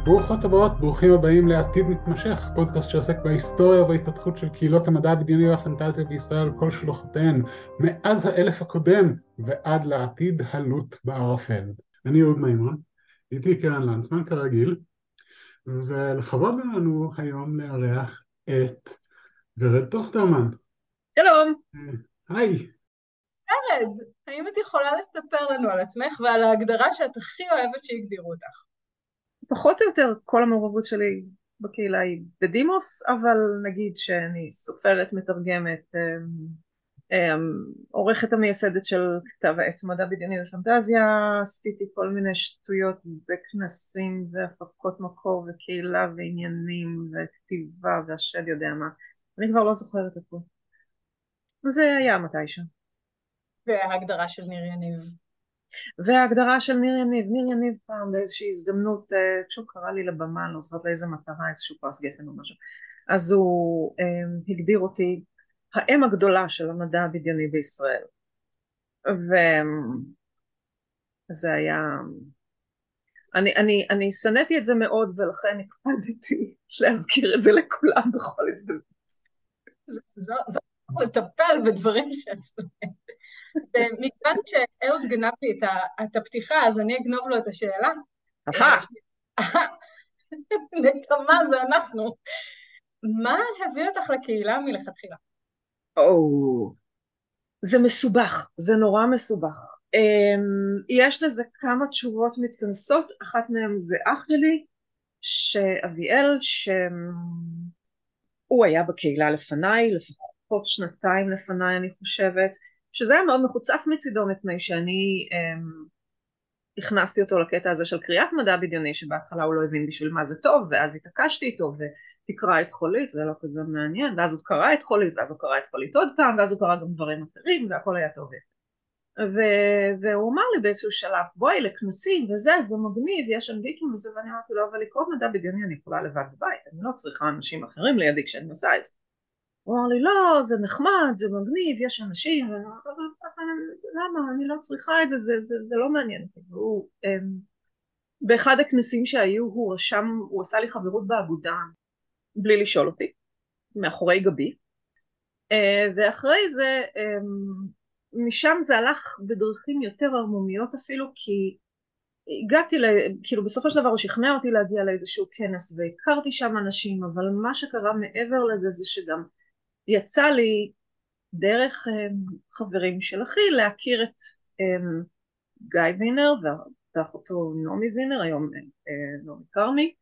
ברוכות הבאות, ברוכים הבאים לעתיד מתמשך, פודקאסט שעוסק בהיסטוריה ובהתפתחות של קהילות המדע הבדיוני והפנטזיה בישראל על כל שלוחותיהן, מאז האלף הקודם ועד לעתיד הלוט בערפל. אני אהוד מימון, איתי קרן לנצמן כרגיל, ולכבוד לנו היום לארח את ורד טוכטרמן. שלום. היי. ורד, האם את יכולה לספר לנו על עצמך ועל ההגדרה שאת הכי אוהבת שהגדירו אותך? פחות או יותר כל המעורבות שלי בקהילה היא בדימוס, אבל נגיד שאני סופרת, מתרגמת, עורכת המייסדת של כתב העת מדע בדיוני ופנטזיה, עשיתי כל מיני שטויות בכנסים והפקות מקור וקהילה ועניינים וכתיבה והשד יודע מה. אני כבר לא זוכרת את זה. זה היה מתישהו. וההגדרה של ניר יניב. וההגדרה של ניר יניב, ניר יניב פעם באיזושהי הזדמנות, כשהוא קרא לי לבמה, אני לא זוכרת לאיזה מטרה, איזשהו פרס גפן או משהו, אז הוא הגדיר אותי האם הגדולה של המדע הבדיוני בישראל, וזה היה, אני שנאתי את זה מאוד, ולכן הקפדתי להזכיר את זה לכולם בכל הזדמנות. זו לטפל בדברים שעשו. ומכאן שאהוד גנב לי את הפתיחה, אז אני אגנוב לו את השאלה. נקמה זה אנחנו. מה הביא אותך לקהילה מלכתחילה? זה מסובך, זה נורא מסובך. יש לזה כמה תשובות מתכנסות, אחת מהן זה אח שלי, שאביאל, שהוא היה בקהילה לפניי, לפחות שנתיים לפניי אני חושבת, שזה היה מאוד מחוצף מצידו, מפני שאני הכנסתי אותו לקטע הזה של קריאת מדע בדיוני, שבהתחלה הוא לא הבין בשביל מה זה טוב, ואז התעקשתי איתו ותקרא את חולית, זה לא כזה מעניין, ואז הוא קרא את חולית, ואז הוא קרא את חולית עוד פעם, ואז הוא קרא גם דברים אחרים, והכל היה טוב. והוא אמר לי באיזשהו שלב, בואי לכנסים וזה, זה מגניב, יש שם גיקים וזה, ואני אמרתי לו, אבל לקרוא מדע בדיוני אני יכולה לבד בבית, אני לא צריכה אנשים אחרים לידי כשאני עושה את זה. הוא אמר לי, לא, זה נחמד, זה מגניב, יש אנשים, למה, אני לא צריכה את זה, זה לא מעניין. והוא, באחד הכנסים שהיו, הוא עשה לי חברות באגודה, בלי לשאול אותי, מאחורי גבי, ואחרי זה, משם זה הלך בדרכים יותר ערמומיות אפילו, כי הגעתי, כאילו בסופו של דבר הוא שכנע אותי להגיע לאיזשהו כנס, והכרתי שם אנשים, אבל מה שקרה מעבר לזה, זה שגם יצא לי דרך חברים של אחי להכיר את גיא וינר ואחותו נעמי וינר, היום נעמי כרמי,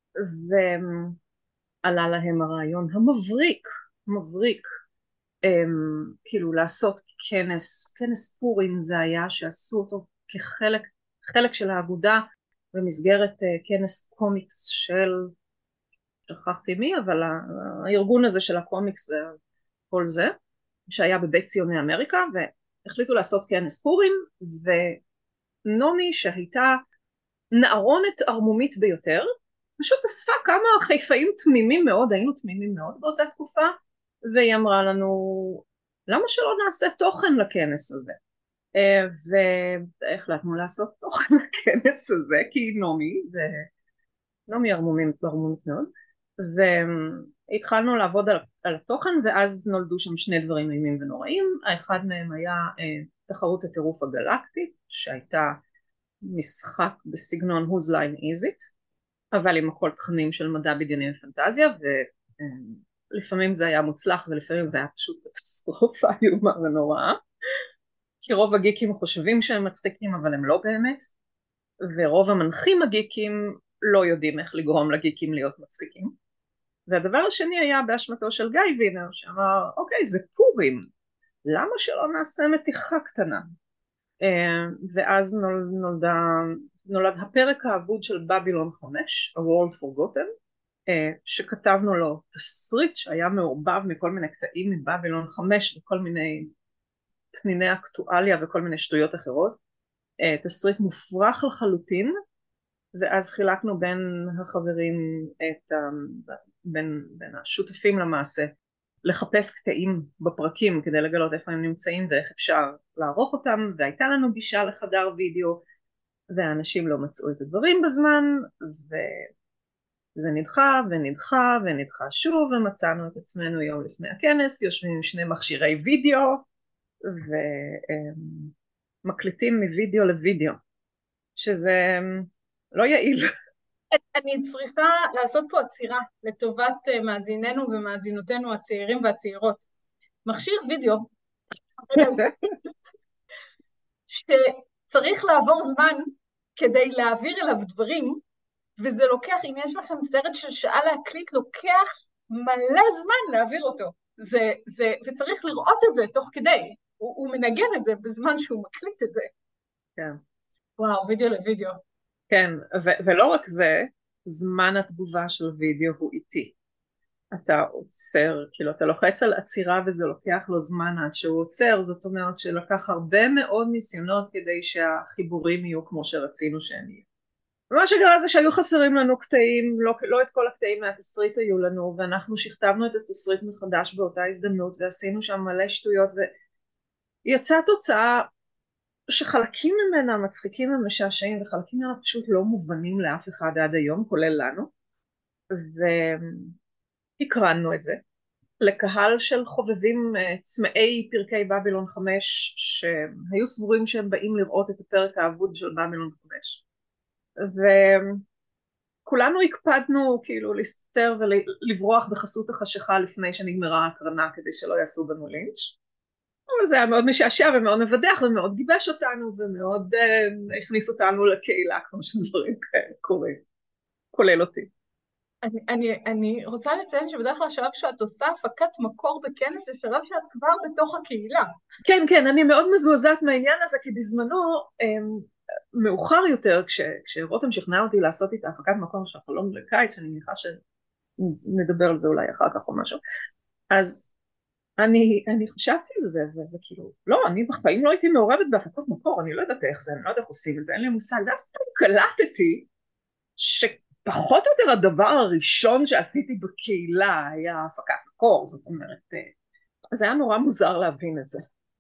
ועלה להם הרעיון המבריק, כאילו לעשות כנס פורים, זה היה שעשו אותו חלק של האגודה במסגרת כנס קומיקס של, שכחתי מי, אבל הארגון הזה של הקומיקס וכל זה, שהיה בבית ציוני אמריקה, והחליטו לעשות כנס פורים, ונעמי שהייתה נערונת ערמומית ביותר, פשוט אספה כמה חיפאים תמימים מאוד, היינו תמימים מאוד באותה תקופה, והיא אמרה לנו, למה שלא נעשה תוכן לכנס הזה? והחלטנו לעשות תוכן לכנס הזה, כי נעמי ערמומית מאוד, והתחלנו לעבוד על התוכן, ואז נולדו שם שני דברים אימים ונוראים. האחד מהם היה תחרות הטירוף הגלקטית, שהייתה משחק בסגנון Whose Line Is It, אבל עם הכל תכנים של מדע בדיוני ופנטזיה, ולפעמים זה היה מוצלח ולפעמים זה היה פשוט קטסטרופה איומה ונוראה, כי רוב הגיקים חושבים שהם מצחיקים אבל הם לא באמת, ורוב המנחים הגיקים לא יודעים איך לגרום לגיקים להיות מצחיקים. והדבר השני היה באשמתו של גיא וינר, שאמר, אוקיי, זה פורים, למה שלא נעשה מתיחה קטנה? ואז נולד הפרק האבוד של בבילון 5, A World Forgotten, שכתבנו לו תסריט שהיה מעורבב מכל מיני קטעים מבבילון 5 וכל מיני פניני אקטואליה וכל מיני שטויות אחרות, תסריט מופרך לחלוטין, ואז חילקנו בין החברים, בין השותפים למעשה, לחפש קטעים בפרקים כדי לגלות איפה הם נמצאים ואיך אפשר לערוך אותם, והייתה לנו גישה לחדר וידאו, והאנשים לא מצאו את הדברים בזמן, זה נדחה ונדחה ונדחה שוב, ומצאנו את עצמנו יום לפני הכנס, יושבים עם שני מכשירי וידאו, ומקליטים מוידאו לוידאו, שזה לא יעיל. אני צריכה לעשות פה עצירה לטובת מאזיננו ומאזינותינו הצעירים והצעירות. מכשיר וידאו, שצריך לעבור זמן כדי להעביר אליו דברים, וזה לוקח, אם יש לכם סרט של שעה להקליט, לוקח מלא זמן להעביר אותו. וצריך לראות את זה תוך כדי. הוא מנגן את זה בזמן שהוא מקליט את זה. כן. וואו, וידאו לוידאו. כן, ולא רק זה, זמן התגובה של וידאו הוא איטי. אתה עוצר, כאילו אתה לוחץ על עצירה וזה לוקח לו זמן עד שהוא עוצר, זאת אומרת שלקח הרבה מאוד ניסיונות כדי שהחיבורים יהיו כמו שרצינו שהם יהיו. מה שקרה זה שהיו חסרים לנו קטעים, לא את כל הקטעים מהתסריט היו לנו, ואנחנו שכתבנו את התסריט מחדש באותה הזדמנות, ועשינו שם מלא שטויות, ויצאה תוצאה שחלקים ממנה מצחיקים ומשעשעים, וחלקים ממנה פשוט לא מובנים לאף אחד עד היום, כולל לנו, והקרנו את זה לקהל של חובבים צמאי פרקי בבילון 5, שהיו סבורים שהם באים לראות את הפרק האבוד של בבילון 5. וכולנו הקפדנו כאילו להסתתר ולברוח בחסות החשיכה לפני שנגמרה ההקרנה כדי שלא יעשו בנו לינץ'. אבל זה היה מאוד משעשע ומאוד מבדח ומאוד גיבש אותנו ומאוד הכניס אותנו לקהילה כמו שדברים כאלה קורים, כולל אותי. אני רוצה לציין שבדרך כלל השלב שאת עושה הפקת מקור בכנס זה שלב שאת כבר בתוך הקהילה. כן, כן, אני מאוד מזועזעת מהעניין הזה כי בזמנו מאוחר יותר, כשרותם שכנע אותי לעשות איתה הפקת מקום של החלום לקיץ, שאני מניחה שנדבר על זה אולי אחר כך או משהו, אז אני חשבתי על זה, וכאילו, לא, אני בחיים לא הייתי מעורבת בהפקות מקור, אני לא יודעת איך זה, אני לא יודעת איך עושים את זה, אין לי מושג, ואז פתאום קלטתי שפחות או יותר הדבר הראשון שעשיתי בקהילה היה הפקת מקור, זאת אומרת, זה היה נורא מוזר להבין את זה,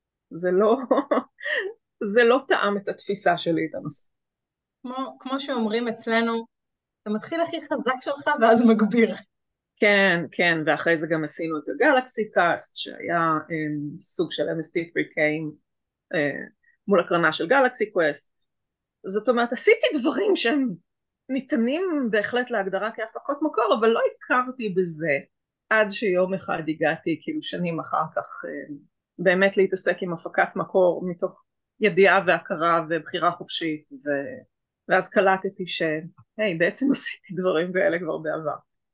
זה לא טעם את התפיסה שלי את הנושא. כמו שאומרים אצלנו, אתה מתחיל הכי חזק שלך ואז מגביר. כן, כן, ואחרי זה גם עשינו את הגלקסי קאסט, שהיה סוג של MST3K מול הקרנה של גלקסי קווסט. זאת אומרת, עשיתי דברים שהם ניתנים בהחלט להגדרה כהפקות מקור, אבל לא הכרתי בזה עד שיום אחד הגעתי, כאילו שנים אחר כך, באמת להתעסק עם הפקת מקור מתוך ידיעה והכרה ובחירה חופשית, ואז קלטתי שהי, בעצם עשיתי דברים כאלה כבר בעבר.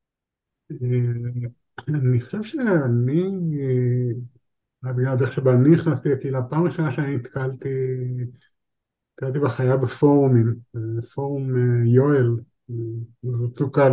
אני חושב שאני, בגלל איך שבה אני נכנסתי לקהילה, פעם ראשונה שאני נתקלתי בחייה בפורומים, פורום יואל, זה צוקל.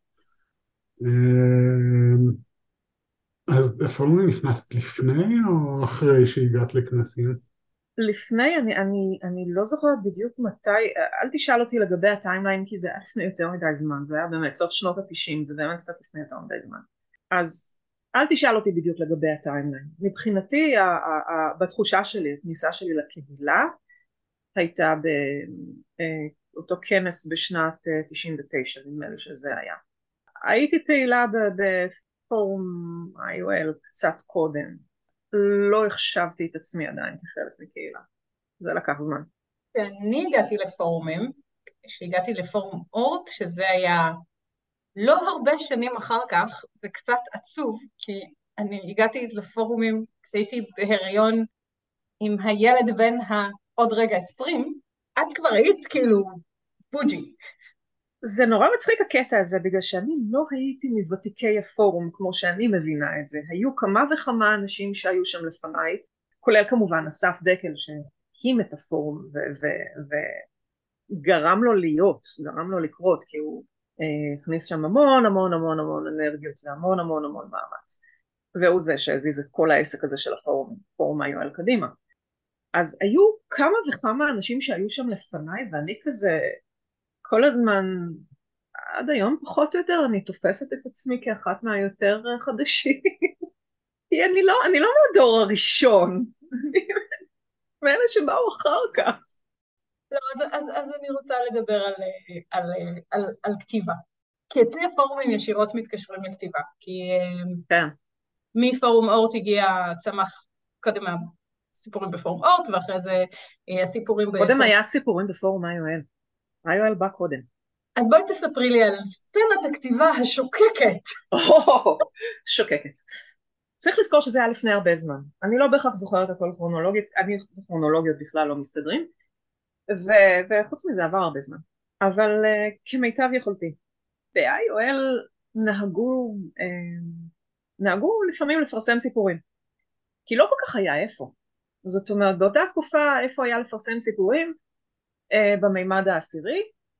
אז הפורומים נכנסת לפני או אחרי שהגעת לכנסים? לפני, אני לא זוכרת בדיוק מתי, אל תשאל אותי לגבי הטיימליין כי זה היה לפני יותר מדי זמן, זה היה באמת סוף שנות ה-90, זה באמת קצת לפני יותר מדי זמן, אז אל תשאל אותי בדיוק לגבי הטיימליין. מבחינתי, בתחושה שלי, הכניסה שלי לקהילה הייתה באותו כנס בשנת 99, נדמה לי שזה היה. הייתי פעילה בפורום IOL קצת קודם, לא החשבתי את עצמי עדיין כחלק מקהילה, זה לקח זמן. כשאני הגעתי לפורומים, כשהגעתי לפורום אורט, שזה היה לא הרבה שנים אחר כך, זה קצת עצוב, כי אני הגעתי לפורומים כשהייתי בהיריון עם הילד בן העוד רגע 20, את כבר היית כאילו בוג'י. זה נורא מצחיק הקטע הזה, בגלל שאני לא הייתי מוותיקי הפורום כמו שאני מבינה את זה. היו כמה וכמה אנשים שהיו שם לפניי, כולל כמובן אסף דקל שהקים את הפורום וגרם לו להיות, גרם לו לקרות, כי הוא הכניס שם המון המון המון המון אנרגיות והמון המון המון מאמץ. והוא זה שהזיז את כל העסק הזה של הפורום, פורום IOL קדימה. אז היו כמה וכמה אנשים שהיו שם לפניי, ואני כזה כל הזמן, עד היום פחות או יותר, אני תופסת את עצמי כאחת מהיותר חדשים. כי אני לא מהדור הראשון, מאלה שבאו אחר כך. לא, אז אני רוצה לדבר על כתיבה. כי אצלי הפורומים ישירות מתקשרים לכתיבה, כי כן. מפורום אורט צמח קודם הסיפורים בפורום אורט, ואחרי זה הסיפורים קודם היה סיפורים בפורום IOL. IOL בא קודם. אז בואי תספרי לי על סצנת הכתיבה השוקקת. שוקקת. צריך לזכור שזה היה לפני הרבה זמן. אני לא בהכרח זוכרת הכל כרונולוגית, אני כרונולוגיות בכלל לא מסתדרים, וחוץ מזה עבר הרבה זמן. אבל כמיטב יכולתי. ב-IOL נהגו לפעמים לפרסם סיפורים. כי לא כל כך היה איפה. זאת אומרת, באותה תקופה איפה היה לפרסם סיפורים, במימד העשירי,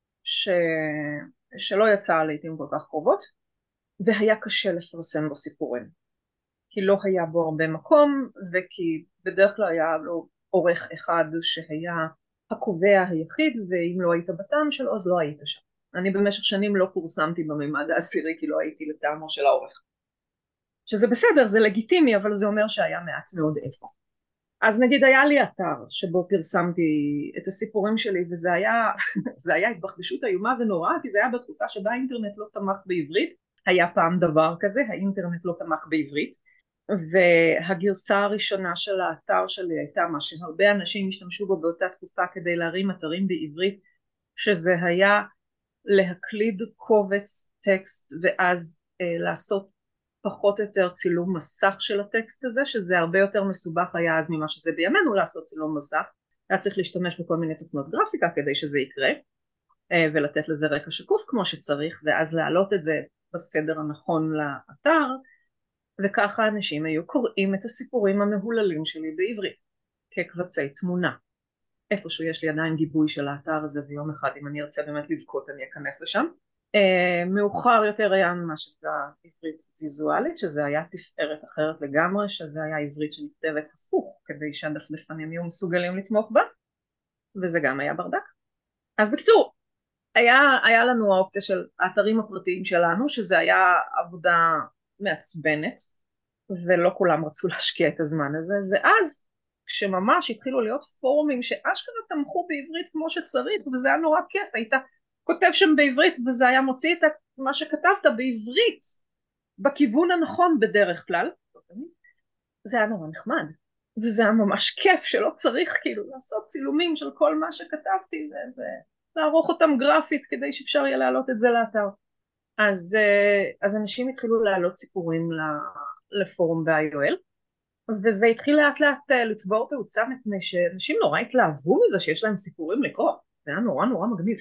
שלא יצא לעתים כל כך קרובות, והיה קשה לפרסם בו סיפורים. כי לא היה בו הרבה מקום, וכי בדרך כלל היה לו עורך אחד שהיה הקובע היחיד, ואם לא היית בטעם שלו, אז לא היית שם. אני במשך שנים לא פורסמתי במימד העשירי, כי לא הייתי לטעמו של העורך. שזה בסדר, זה לגיטימי, אבל זה אומר שהיה מעט מאוד איפה. אז נגיד היה לי אתר שבו פרסמתי את הסיפורים שלי, וזה היה התבחבשות איומה ונוראה, כי זה היה בתקופה שבה האינטרנט לא תמך בעברית, היה פעם דבר כזה, האינטרנט לא תמך בעברית, והגרסה הראשונה של האתר שלי הייתה מה שהרבה אנשים השתמשו בו באותה תקופה כדי להרים אתרים בעברית, שזה היה להקליד קובץ טקסט ואז לעשות פחות או יותר צילום מסך של הטקסט הזה, שזה הרבה יותר מסובך היה אז ממה שזה בימינו לעשות צילום מסך, היה צריך להשתמש בכל מיני תוכנות גרפיקה כדי שזה יקרה, ולתת לזה רקע שקוף כמו שצריך, ואז להעלות את זה בסדר הנכון לאתר, וככה אנשים היו קוראים את הסיפורים המהוללים שלי בעברית, כקבצי תמונה. איפשהו יש לי עדיין גיבוי של האתר הזה, ויום אחד אם אני ארצה באמת לבכות אני אכנס לשם. מאוחר יותר היה מה שנקרא עברית ויזואלית, שזה היה תפארת אחרת לגמרי, שזה היה עברית שנכתבת הפוך, כדי שהדפדפנים יהיו מסוגלים לתמוך בה, וזה גם היה ברדק. אז בקיצור, היה לנו האופציה של האתרים הפרטיים שלנו, שזה היה עבודה מעצבנת, ולא כולם רצו להשקיע את הזמן הזה, ואז כשממש התחילו להיות פורומים שאשכרה תמכו בעברית כמו שצריך, וזה היה נורא כיף, היית כותב שם בעברית, וזה היה מוציא את מה שכתבת בעברית, בכיוון הנכון בדרך כלל, זה היה נורא נחמד, וזה היה ממש כיף שלא צריך כאילו לעשות צילומים של כל מה שכתבתי, ולערוך אותם גרפית כדי שאפשר יהיה להעלות את זה לאתר. אז אנשים התחילו להעלות סיפורים לפורום ב-IOL, וזה התחיל לאט לאט לצבור תאוצה, מפני שאנשים נורא התלהבו מזה שיש להם סיפורים לקרוא, זה היה נורא נורא מגניב.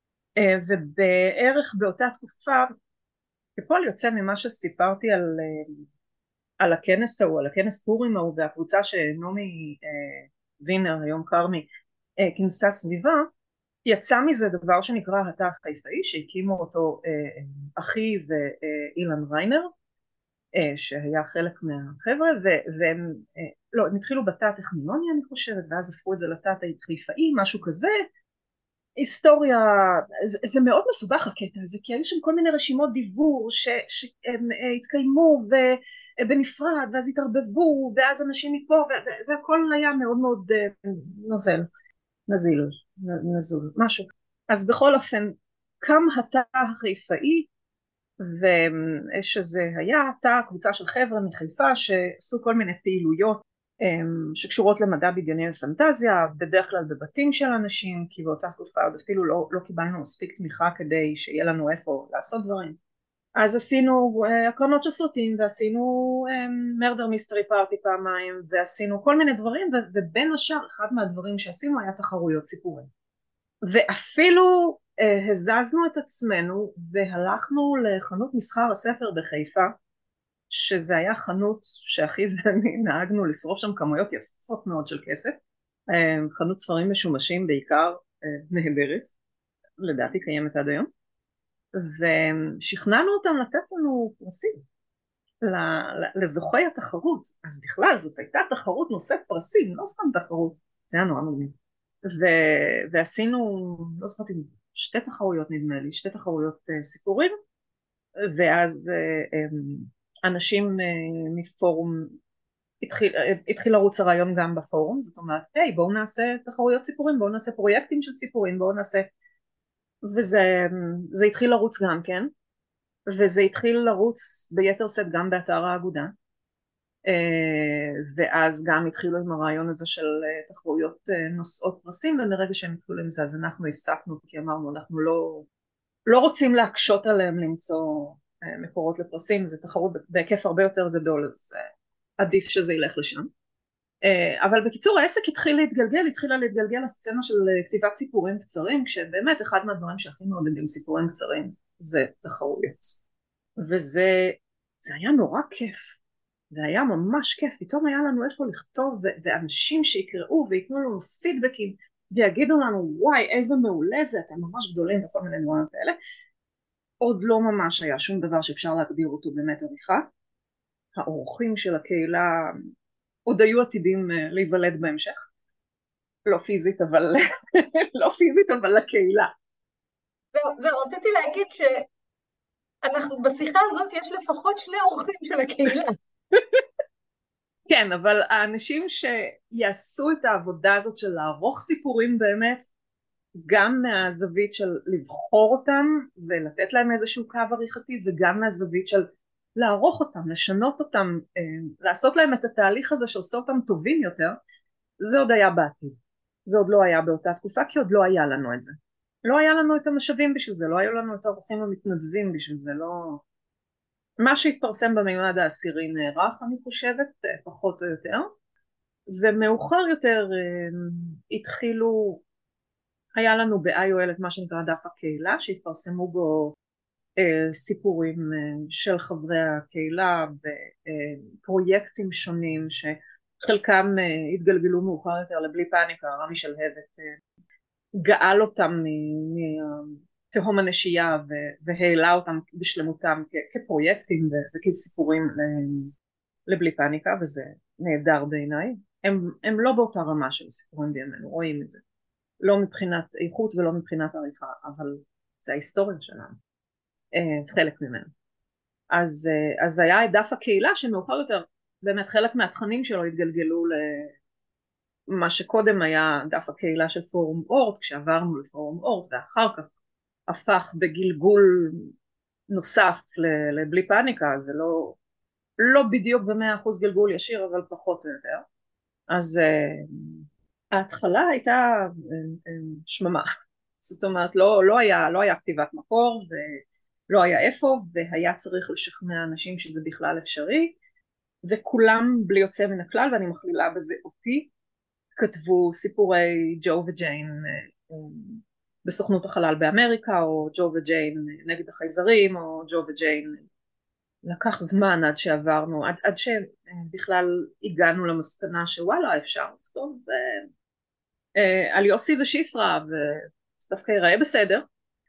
ובערך באותה תקופה, כפועל יוצא ממה שסיפרתי על הכנס ההוא, על הכנס פורים ההוא, והקבוצה שנעמי וינר, היום קרמי, כינסה סביבה, יצא מזה דבר שנקרא התא החיפאי, שהקימו אותו אחי ואילן ריינר, שהיה חלק מהחבר'ה, והם לא, הם התחילו בתא הטכניוני אני חושבת, ואז הפכו את זה לתא החיפאי, משהו כזה, היסטוריה, זה מאוד מסובך הקטע הזה, כי היו שם כל מיני רשימות דיבור שהם התקיימו בנפרד, ואז התערבבו, ואז אנשים מפה, והכל היה מאוד מאוד נזול, משהו. אז בכל אופן, קם התא החיפאי, ושזה היה תא קבוצה של חבר'ה מחיפה, שעשו כל מיני פעילויות, שקשורות למדע בדיוני ופנטזיה, בדרך כלל בבתים של אנשים, כי באותה תקופה עוד אפילו לא קיבלנו מספיק תמיכה כדי שיהיה לנו איפה לעשות דברים. אז עשינו הקרנות של סרטים, ועשינו מרדר מיסטרי פארטי פעמיים, ועשינו כל מיני דברים, ובין השאר אחד מהדברים שעשינו היה תחרויות סיפורים. ואפילו הזזנו את עצמנו והלכנו לחנות מסחר הספר בחיפה, שזה היה חנות שאחי ואני נהגנו לשרוף שם כמויות יפות מאוד של כסף, חנות ספרים משומשים בעיקר, נהדרת, לדעתי קיימת עד היום, ושכנענו אותם לתת לנו פרסים לזוכי התחרות. אז בכלל זאת הייתה תחרות נושאת פרסים, לא סתם תחרות, זה היה נורא מגניב. ועשינו, לא זוכרתי, שתי תחרויות נדמה לי, שתי תחרויות סיפורים, ואז אנשים מפורום, התחיל לרוץ הרעיון גם בפורום, זאת אומרת, היי, בואו נעשה תחרויות סיפורים, בואו נעשה פרויקטים של סיפורים, בואו נעשה, וזה התחיל לרוץ גם כן, וזה התחיל לרוץ ביתר שאת גם באתר האגודה, ואז גם התחילו עם הרעיון הזה של תחרויות נושאות פרסים, ומרגע שהם התחילו עם זה אז אנחנו הפסקנו, כי אמרנו אנחנו לא רוצים להקשות עליהם למצוא מקורות לפרסים, זה תחרות בהיקף הרבה יותר גדול, אז עדיף שזה ילך לשם. אבל בקיצור העסק התחילה להתגלגל לסצנה של כתיבת סיפורים קצרים, כשבאמת אחד מהדברים שהכי מעודדים סיפורים קצרים זה תחרויות, וזה היה נורא כיף, זה היה ממש כיף, פתאום היה לנו איפה לכתוב, ואנשים שיקראו ויתנו לנו פידבקים ויגידו לנו וואי איזה מעולה זה, אתם ממש גדולים וכל מיני דברים כאלה. עוד לא ממש היה שום דבר שאפשר להגדיר אותו באמת עריכה, האורחים של הקהילה עוד היו עתידים להיוולד בהמשך, לא פיזית אבל לא פיזית אבל לקהילה. זהו, רציתי להגיד שאנחנו בשיחה הזאת יש לפחות 2 אורחים של הקהילה. כן, אבל האנשים שיעשו את העבודה הזאת של לערוך סיפורים באמת, גם מהזווית של לבחור אותם ולתת להם איזשהו קו עריכתי, וגם מהזווית של לערוך אותם, לשנות אותם, לעשות להם את התהליך הזה שעושה אותם טובים יותר, זה עוד היה בעתיד. זה עוד לא היה באותה תקופה, כי עוד לא היה לנו את זה. לא היה לנו את המשאבים בשביל זה, לא היו לנו את העורכים המתנדבים בשביל זה, לא... מה שהתפרסם במימד העשירי נערך, אני חושבת, פחות או יותר, ומאוחר יותר התחילו, היה לנו ב-IOL את מה שנקרא דף הקהילה, שהתפרסמו בו סיפורים של חברי הקהילה ופרויקטים שונים שחלקם התגלגלו מאוחר יותר לבלי פאניקה. רמי שלהבת גאל אותם מתהום הנשייה והעלה אותם בשלמותם כפרויקטים וכסיפורים לבלי פאניקה, וזה נהדר בעיניי. הם לא באותה רמה של סיפורים בימינו, רואים את זה, לא מבחינת איכות ולא מבחינת עריכה, אבל זה ההיסטוריה שלנו, חלק ממנו. אז היה את דף הקהילה שמאוחר יותר באמת חלק מהתכנים שלו התגלגלו למה שקודם היה דף הקהילה של פורום אורט, כשעברנו לפורום אורט, ואחר כך הפך בגלגול נוסף לבלי פאניקה. זה לא בדיוק ב100% גלגול ישיר, אבל פחות או יותר. אז ההתחלה הייתה שממה, זאת אומרת לא היה כתיבת מקור ולא היה איפה, והיה צריך לשכנע אנשים שזה בכלל אפשרי, וכולם בלי יוצא מן הכלל, ואני מכלילה בזה אותי, כתבו סיפורי ג'ו וג'יין בסוכנות החלל באמריקה, או ג'ו וג'יין נגד החייזרים, או ג'ו וג'יין. לקח זמן עד שעברנו, עד שבכלל הגענו למסקנה שוואלה אפשר לכתוב על יוסי ושיפרה, ודווקא ייראה בסדר.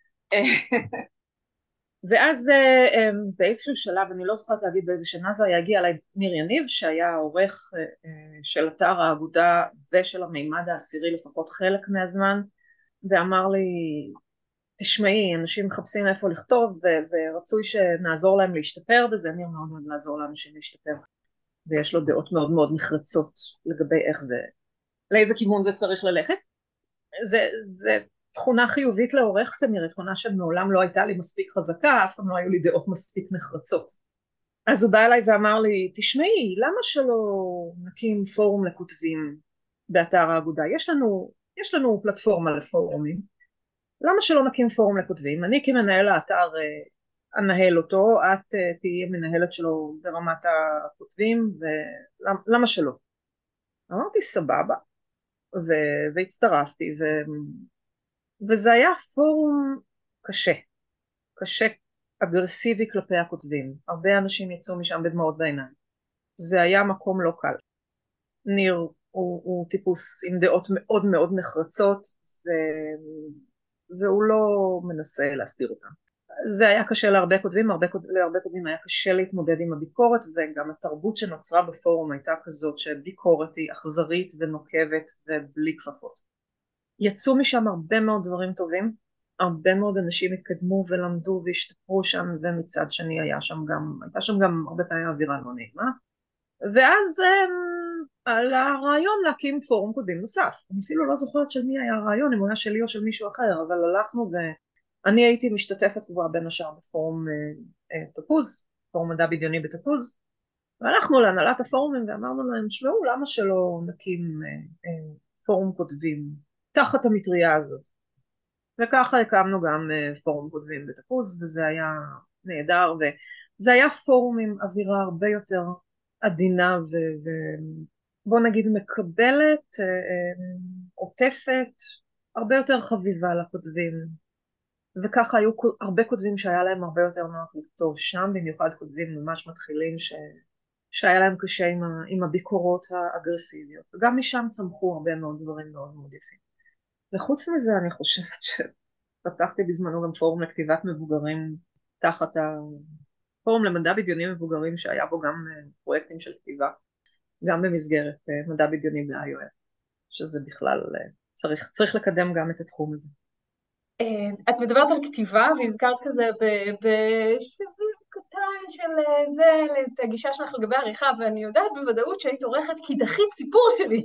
ואז באיזשהו שלב, אני לא זוכרת להגיד באיזה שנה זה היה, הגיע אליי ניר יניב, שהיה עורך של אתר האגודה ושל המימד העשירי לפחות חלק מהזמן, ואמר לי, תשמעי, אנשים מחפשים איפה לכתוב, ורצוי שנעזור להם להשתפר בזה. אני מאוד מאוד לעזור לאנשים להשתפר, ויש לו דעות מאוד מאוד נחרצות לגבי איך זה, לאיזה כיוון זה צריך ללכת. זה תכונה חיובית לעורך כנראה, תכונה שמעולם לא הייתה לי מספיק חזקה, אף פעם לא היו לי דעות מספיק נחרצות. אז הוא בא אליי ואמר לי, תשמעי, למה שלא נקים פורום לכותבים באתר האגודה? יש לנו פלטפורמה לפורומים, למה שלא נקים פורום לכותבים? אני כמנהל האתר אנהל אותו, את תהיה מנהלת שלו ברמת הכותבים, ולמה שלא? אמרתי סבבה, והצטרפתי, וזה היה פורום קשה, אגרסיבי כלפי הכותבים. הרבה אנשים יצאו משם בדמעות בעיניים. זה היה מקום לא קל. ניר הוא טיפוס עם דעות מאוד מאוד נחרצות, והוא לא מנסה להסתיר אותם. זה היה קשה להרבה כותבים, להרבה כותבים היה קשה להתמודד עם הביקורת, וגם התרבות שנוצרה בפורום הייתה כזאת שביקורת היא אכזרית ונוקבת ובלי כפפות. יצאו משם הרבה מאוד דברים טובים, הרבה מאוד אנשים התקדמו ולמדו והשתפרו שם, ומצד שני הייתה שם גם הרבה פעמים אווירה לא נעימה, ואז על הרעיון להקים פורום כותבים נוסף. אני אפילו לא זוכרת של מי היה הרעיון, אם הוא היה שלי או של מישהו אחר, אבל הלכנו אני הייתי משתתפת כבר בין השאר בפורום תפוז, פורום מדע בדיוני בתפוז, והלכנו להנהלת הפורומים ואמרנו להם, שמעו, למה שלא נקים פורום כותבים תחת המטריה הזאת? וככה הקמנו גם פורום כותבים בתפוז, וזה היה נהדר, וזה היה פורום עם אווירה הרבה יותר עדינה ובוא נגיד מקבלת, עוטפת, הרבה יותר חביבה לכותבים, וככה היו הרבה כותבים שהיה להם הרבה יותר נוח לכתוב שם, במיוחד כותבים ממש מתחילים שהיה להם קשה עם הביקורות האגרסיביות, וגם משם צמחו הרבה מאוד דברים מאוד מאוד יפים. וחוץ מזה אני חושבת שפתחתי בזמנו גם פורום לכתיבת מבוגרים, תחת הפורום למדע בדיוני מבוגרים, שהיה בו גם פרויקטים של כתיבה, גם במסגרת מדע בדיוני ב-IOF, שזה בכלל צריך לקדם גם את התחום הזה. את מדברת על כתיבה, והזכרת כזה בשביל קטן של זה, את הגישה שלך לגבי עריכה, ואני יודעת בוודאות שהיית עורכת כי דחית סיפור שלי.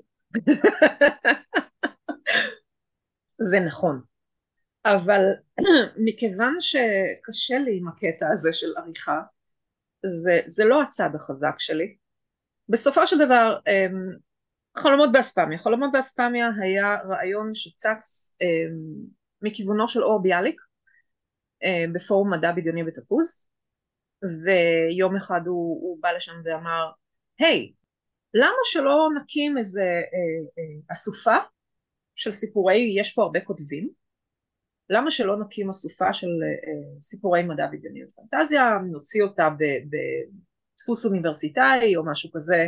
זה נכון. אבל מכיוון שקשה לי עם הקטע הזה של עריכה, זה לא הצד החזק שלי. בסופו של דבר, חלומות באספמיה. חלומות באספמיה היה רעיון שצץ מכיוונו של אור ביאליק, בפורום מדע בדיוני בתפוז, ויום אחד הוא בא לשם ואמר, היי, למה שלא נקים איזה אסופה של סיפורי, יש פה הרבה כותבים, למה שלא נקים אסופה של סיפורי מדע בדיוני ופנטזיה, נוציא אותה בדפוס אוניברסיטאי או משהו כזה,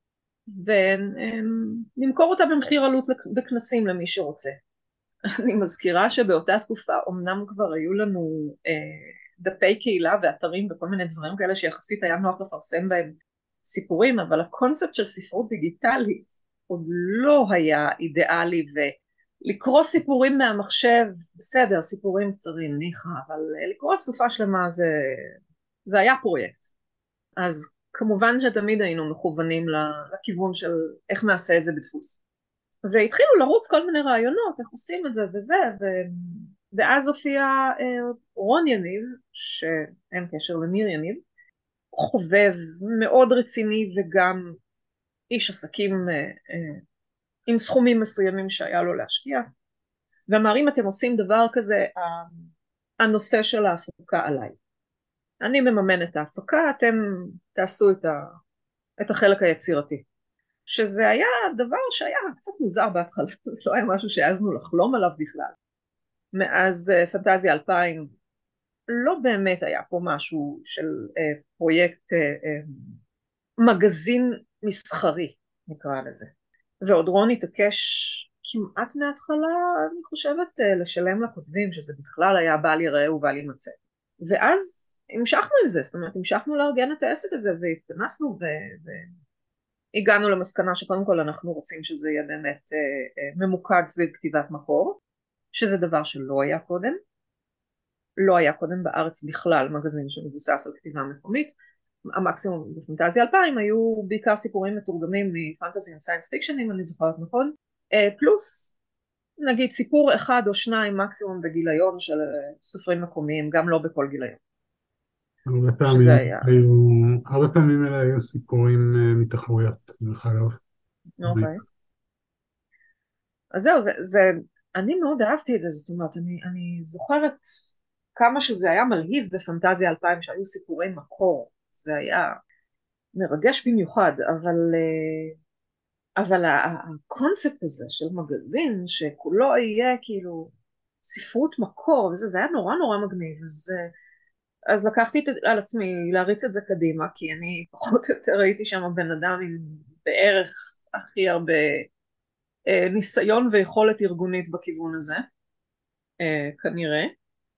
ונמכור אותה במחיר עלות בכנסים למי שרוצה. אני מזכירה שבאותה תקופה אמנם כבר היו לנו דפי קהילה ואתרים וכל מיני דברים כאלה שיחסית היה נוח לפרסם בהם סיפורים, אבל הקונספט של ספרות דיגיטלית עוד לא היה אידיאלי, ולקרוא סיפורים מהמחשב, בסדר, סיפורים קצרים, ניחא, אבל לקרוא אסופה שלמה זה היה פרויקט. אז כמובן שתמיד היינו מכוונים לכיוון של איך נעשה את זה בדפוס. והתחילו לרוץ כל מיני רעיונות, איך עושים את זה וזה, ואז הופיע רון יניב, שאין קשר לניר יניב, חובב מאוד רציני וגם איש עסקים עם סכומים מסוימים שהיה לו להשקיע, ואמר, אם אתם עושים דבר כזה, הנושא של ההפקה עליי. אני מממן את ההפקה, אתם תעשו את החלק היצירתי. שזה היה דבר שהיה קצת מוזר בהתחלה, זה לא היה משהו שהעזנו לחלום עליו בכלל. מאז פנטזיה 2000 לא באמת היה פה משהו של פרויקט מגזין מסחרי, נקרא לזה. ועוד רון התעקש כמעט מההתחלה, אני חושבת, לשלם לכותבים, שזה בכלל היה בל יראה ובל יימצא. ואז המשכנו עם זה, זאת אומרת, המשכנו לארגן את העסק הזה, והתכנסנו הגענו למסקנה שקודם כל אנחנו רוצים שזה יהיה באמת ממוקד סביב כתיבת מקור, שזה דבר שלא היה קודם. לא היה קודם בארץ בכלל מגזין שמבוסס על כתיבה מקומית. המקסימום בפנטזיה 2000 היו בעיקר סיפורים מתורגמים מפנטזי וסיינס פיקשן, אם אני זוכרת נכון, פלוס נגיד סיפור אחד או שניים מקסימום בגיליון של סופרים מקומיים, גם לא בכל גיליון. הרבה פעמים אלה היו סיפורים מתחרויות, דרך אגב. אוקיי. אז זהו, אני מאוד אהבתי את זה, זאת אומרת, אני זוכרת כמה שזה היה מלהיב בפנטזיה 2000, שהיו סיפורי מקור, זה היה מרגש במיוחד, אבל הקונספט הזה של מגזין, שכולו יהיה כאילו ספרות מקור, וזה, זה היה נורא נורא מגניב, אז לקחתי על עצמי להריץ את זה קדימה, כי אני פחות או יותר הייתי שם בן אדם עם בערך הכי הרבה ניסיון ויכולת ארגונית בכיוון הזה, כנראה.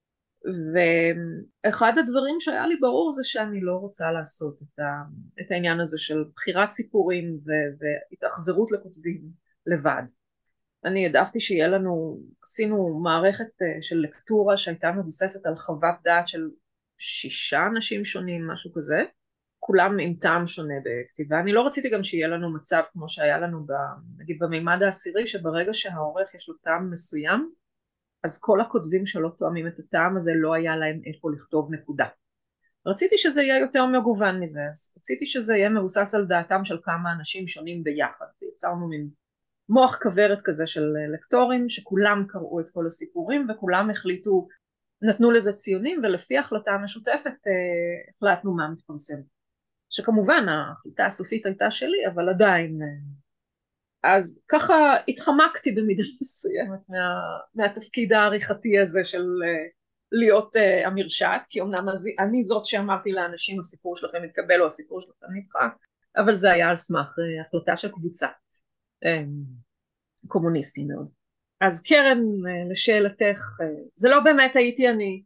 ואחד הדברים שהיה לי ברור זה שאני לא רוצה לעשות את העניין הזה של בחירת סיפורים והתאכזרות לכותבים לבד. אני העדפתי שיהיה לנו, עשינו מערכת של לקטורה שהייתה מבוססת על חוות דעת של 6 אנשים שונים, משהו כזה, כולם עם טעם שונה בכתיבה. אני לא רציתי גם שיהיה לנו מצב כמו שהיה לנו נגיד במימד העשירי, שברגע שהעורך יש לו טעם מסוים, אז כל הכותבים שלא תואמים את הטעם הזה לא היה להם איפה לכתוב נקודה. רציתי שזה יהיה יותר מגוון מזה, אז רציתי שזה יהיה מבוסס על דעתם של כמה אנשים שונים ביחד. יצרנו מין מוח כברת כזה של לקטורים, שכולם קראו את כל הסיפורים וכולם החליטו, נתנו לזה ציונים, ולפי החלטה המשותפת החלטנו מה מתפרסם. שכמובן ההחלטה הסופית הייתה שלי, אבל עדיין. אז ככה התחמקתי במידה מסוימת מהתפקיד העריכתי הזה של להיות המרשעת, כי אמנם אני זאת שאמרתי לאנשים הסיפור שלכם מתקבל או הסיפור שלכם נדחה, אבל זה היה על סמך החלטה של קבוצה קומוניסטי מאוד. אז קרן, לשאלתך, זה לא באמת הייתי אני.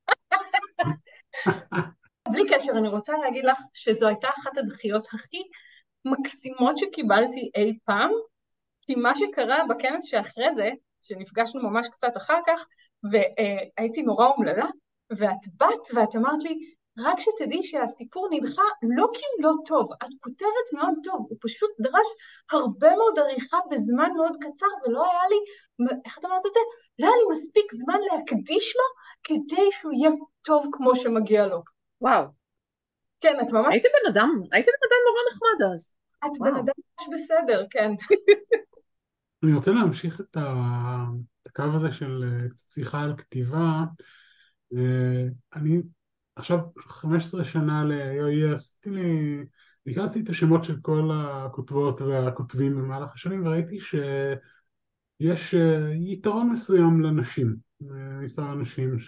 בלי קשר, אני רוצה להגיד לך שזו הייתה אחת הדחיות הכי מקסימות שקיבלתי אי פעם, כי מה שקרה בכנס שאחרי זה, שנפגשנו ממש קצת אחר כך, והייתי נורא אומללה, ואת באת ואת אמרת לי, רק שתדעי שהסיפור נדחה לא כי הוא לא טוב, את כותבת מאוד טוב, הוא פשוט דרש הרבה מאוד עריכה בזמן מאוד קצר, ולא היה לי, איך את אמרת את זה? לא היה לי מספיק זמן להקדיש לו, כדי שהוא יהיה טוב כמו שמגיע לו. וואו. כן, את ממש... הייתי בן אדם נורא נחמד אז. את בן אדם ממש בסדר, כן. אני רוצה להמשיך את הקו הזה של שיחה על כתיבה. אני עכשיו 15 שנה ל-OES, ביקשתי את השמות של כל הכותבות והכותבים במהלך השנים, וראיתי שיש יתרון מסוים לנשים, מספר אנשים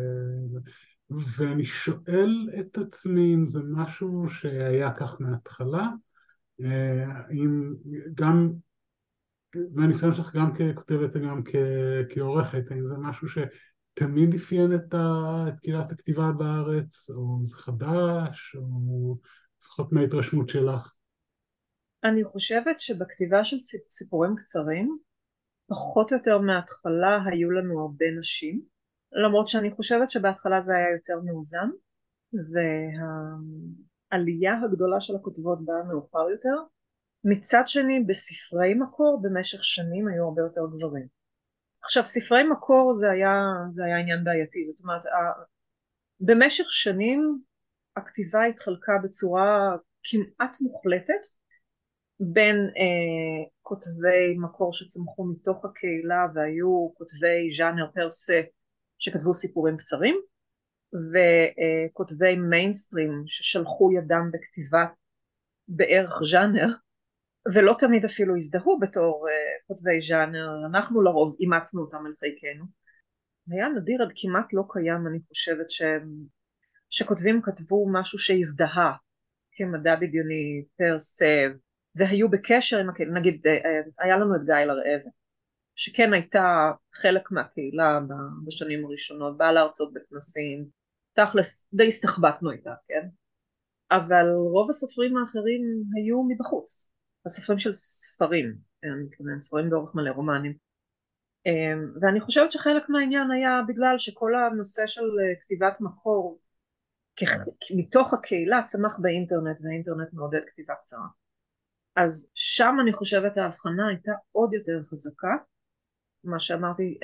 ואני שואל את עצמי אם זה משהו שהיה כך מההתחלה, אם גם, והניסיון שלך גם ככותבת וגם כעורכת, האם זה משהו שתמיד אפיין את קהילת הכתיבה בארץ, או זה חדש, או לפחות מההתרשמות שלך? אני חושבת שבכתיבה של סיפורים קצרים, פחות או יותר מההתחלה היו לנו הרבה נשים, למרות שאני חושבת שבהתחלה זה היה יותר מאוזן, והעלייה הגדולה של הכותבות באה מאוחר יותר. מצד שני, בספרי מקור במשך שנים היו הרבה יותר גברים. עכשיו, ספרי מקור זה היה עניין בעייתי, זאת אומרת, במשך שנים הכתיבה התחלקה בצורה כמעט מוחלטת, בין כותבי מקור שצמחו מתוך הקהילה והיו כותבי ז'אנר פר סה שכתבו סיפורים קצרים, וכותבי מיינסטרים ששלחו ידם בכתיבה בערך ז'אנר, ולא תמיד אפילו הזדהו בתור כותבי ז'אנר. אנחנו לרוב אימצנו אותם אל חיקנו. היה נדיר עד כמעט לא קיים, אני חושבת, שכותבים כתבו משהו שהזדהה כמדע בדיוני פר סה, והיו בקשר עם הקהילה. נגיד, היה לנו את גיא לרעב, שכן הייתה חלק מהקהילה בשנים הראשונות, באה להרצות בכנסים, תכלס די הסתחבקנו איתה, כן? אבל רוב הסופרים האחרים היו מבחוץ, הסופרים של ספרים, אני מתכוון, ספרים באורך מלא, רומנים. ואני חושבת שחלק מהעניין היה בגלל שכל הנושא של כתיבת מקור, מתוך הקהילה צמח באינטרנט, והאינטרנט מעודד כתיבה קצרה. אז שם אני חושבת ההבחנה הייתה עוד יותר חזקה, מה שאמרתי,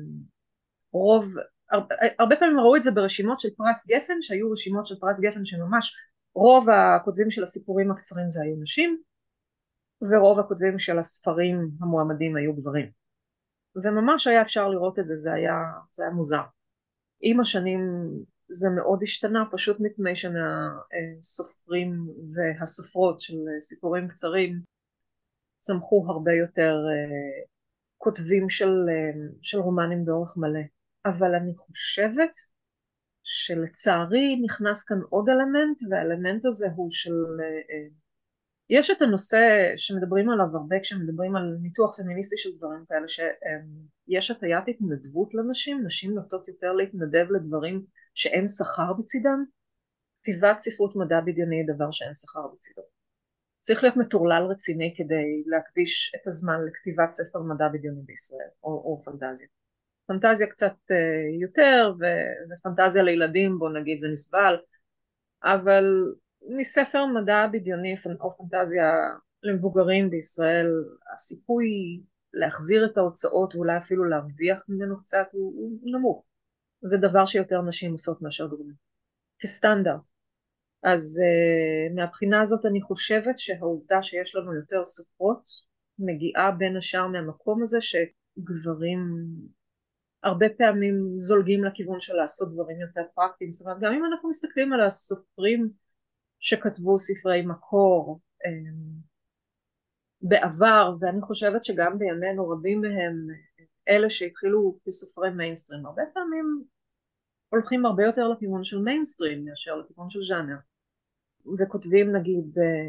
הרבה פעמים ראו את זה ברשימות של פרס גפן, שהיו רשימות של פרס גפן שממש רוב הכותבים של הסיפורים הקצרים זה היו נשים, ורוב הכותבים של הספרים המועמדים היו גברים. וממש היה אפשר לראות את זה, זה היה מוזר. עם השנים זה מאוד השתנה, פשוט מפני שמהסופרים והסופרות של סיפורים קצרים צמחו הרבה יותר כותבים של רומנים באורך מלא. אבל אני חושבת שלצערי נכנס כאן עוד אלמנט, והאלמנט הזה הוא יש את הנושא שמדברים עליו הרבה כשמדברים על ניתוח פמיניסטי של דברים כאלה, שיש הטיית התנדבות לנשים, נשים נוטות יותר להתנדב לדברים שאין שכר בצידם. כתיבת ספרות מדע בדיוני היא דבר שאין שכר בצידו. צריך להיות מטורלל רציני כדי להקדיש את הזמן לכתיבת ספר מדע בדיוני בישראל, או פנטזיה. פנטזיה קצת יותר, ופנטזיה לילדים, בוא נגיד זה נסבל, אבל מספר מדע בדיוני או פנטזיה למבוגרים בישראל, הסיכוי להחזיר את ההוצאות ואולי אפילו להרוויח ממנו קצת הוא נמוך. זה דבר שיותר נשים עושות מאשר גברים, כסטנדרט. אז מהבחינה הזאת אני חושבת שהעובדה שיש לנו יותר סופרות מגיעה בין השאר מהמקום הזה שגברים הרבה פעמים זולגים לכיוון של לעשות דברים יותר פרקטיים. זאת אומרת, גם אם אנחנו מסתכלים על הסופרים שכתבו ספרי מקור בעבר, ואני חושבת שגם בימינו רבים מהם, אלה שהתחילו כסופרי מיינסטרים, הרבה פעמים הולכים הרבה יותר לכיוון של מיינסטרים מאשר לכיוון של ז'אנר, וכותבים נגיד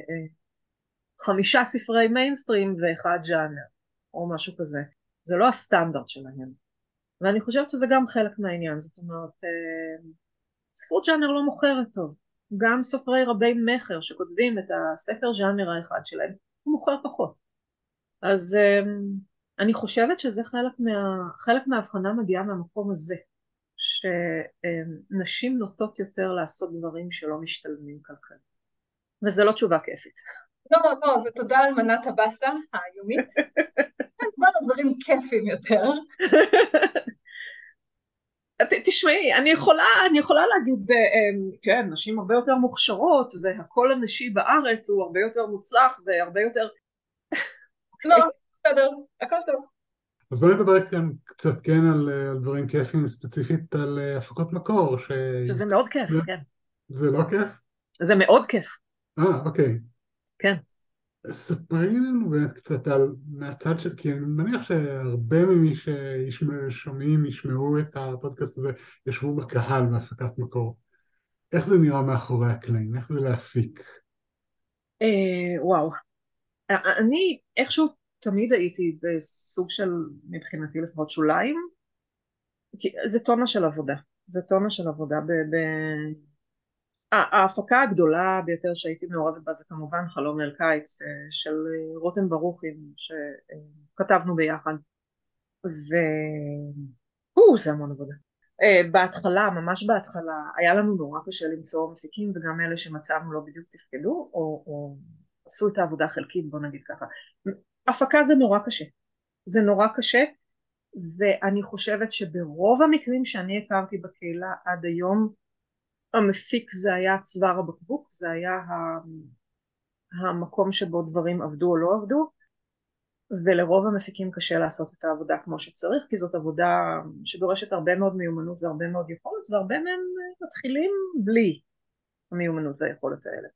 5 ספרי מיינסטרים ו1 ז'אנר, או משהו כזה. זה לא הסטנדרט שלהם. ואני חושבת שזה גם חלק מהעניין, זאת אומרת, ספרות ז'אנר לא מוכרת טוב. גם סופרי רבי מחר שכותבים את הספר ז'אנר האחד שלהם, הוא מוכר פחות. אז אני חושבת שזה חלק מההבחנה מגיעה מהמקום הזה, שנשים נוטות יותר לעשות דברים שלא משתלמים כלכלית. וזה לא תשובה כיפית. לא, זה תודה על מנת הבאסה היומית. כבר דברים כיפים יותר. תשמעי, אני יכולה להגיד, כן, נשים הרבה יותר מוכשרות, והקול הנשי בארץ הוא הרבה יותר מוצלח והרבה יותר... לא, בסדר, הכל טוב. אז בואי נדבר כאן קצת כן על דברים כיפים, ספציפית על הפקות מקור. שזה מאוד כיף, כן. זה לא כיף? זה מאוד כיף. אוקיי. כן. ספרי לנו באמת קצת על מהצד של, כי אני מניח שהרבה ממי ששומעים, ישמעו את הפודקאסט הזה, ישבו בקהל בהפקת מקור. איך זה נראה מאחורי הקלעים? איך זה להפיק? וואו. אני איכשהו תמיד הייתי בסוג של, מבחינתי לפחות שוליים, כי זה טונה של עבודה. זה טונה של עבודה ההפקה הגדולה ביותר שהייתי מעורבת בה זה כמובן חלום אל קיץ של רותם ברוכי שכתבנו ביחד, זה המון עבודה. בהתחלה, ממש בהתחלה, היה לנו נורא קשה למצוא מפיקים, וגם אלה שמצאנו לא בדיוק תפקדו או עשו את העבודה חלקית, בוא נגיד ככה. הפקה זה נורא קשה, זה נורא קשה, ואני חושבת שברוב המקרים שאני הכרתי בקהילה עד היום, המפיק זה היה צוואר הבקבוק, זה היה המקום שבו דברים עבדו או לא עבדו, ולרוב המפיקים קשה לעשות את העבודה כמו שצריך, כי זאת עבודה שדורשת הרבה מאוד מיומנות והרבה מאוד יכולת, והרבה מהם מתחילים בלי המיומנות והיכולת האלה.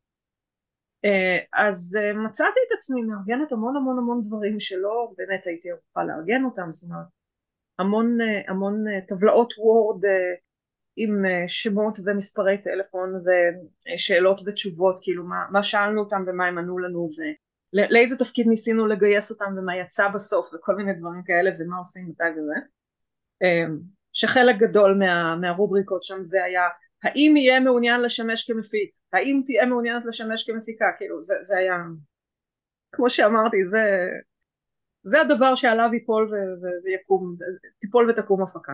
אז מצאתי את עצמי מארגנת המון המון המון דברים שלא באמת הייתי יכולה לארגן אותם, זאת אומרת, המון טבלאות וורד עם שמות ומספרי טלפון ושאלות ותשובות, כאילו מה שאלנו אותם ומה הם ענו לנו ולאיזה תפקיד ניסינו לגייס אותם ומה יצא בסוף וכל מיני דברים כאלה ומה עושים מתי וזה. שחלק גדול מהרובריקות שם זה היה האם יהיה מעוניין לשמש כמפיק, האם תהיה מעוניינת לשמש כמפיקה, כאילו זה היה, כמו שאמרתי, זה הדבר שעליו ייפול ויקום, תיפול ותקום הפקה.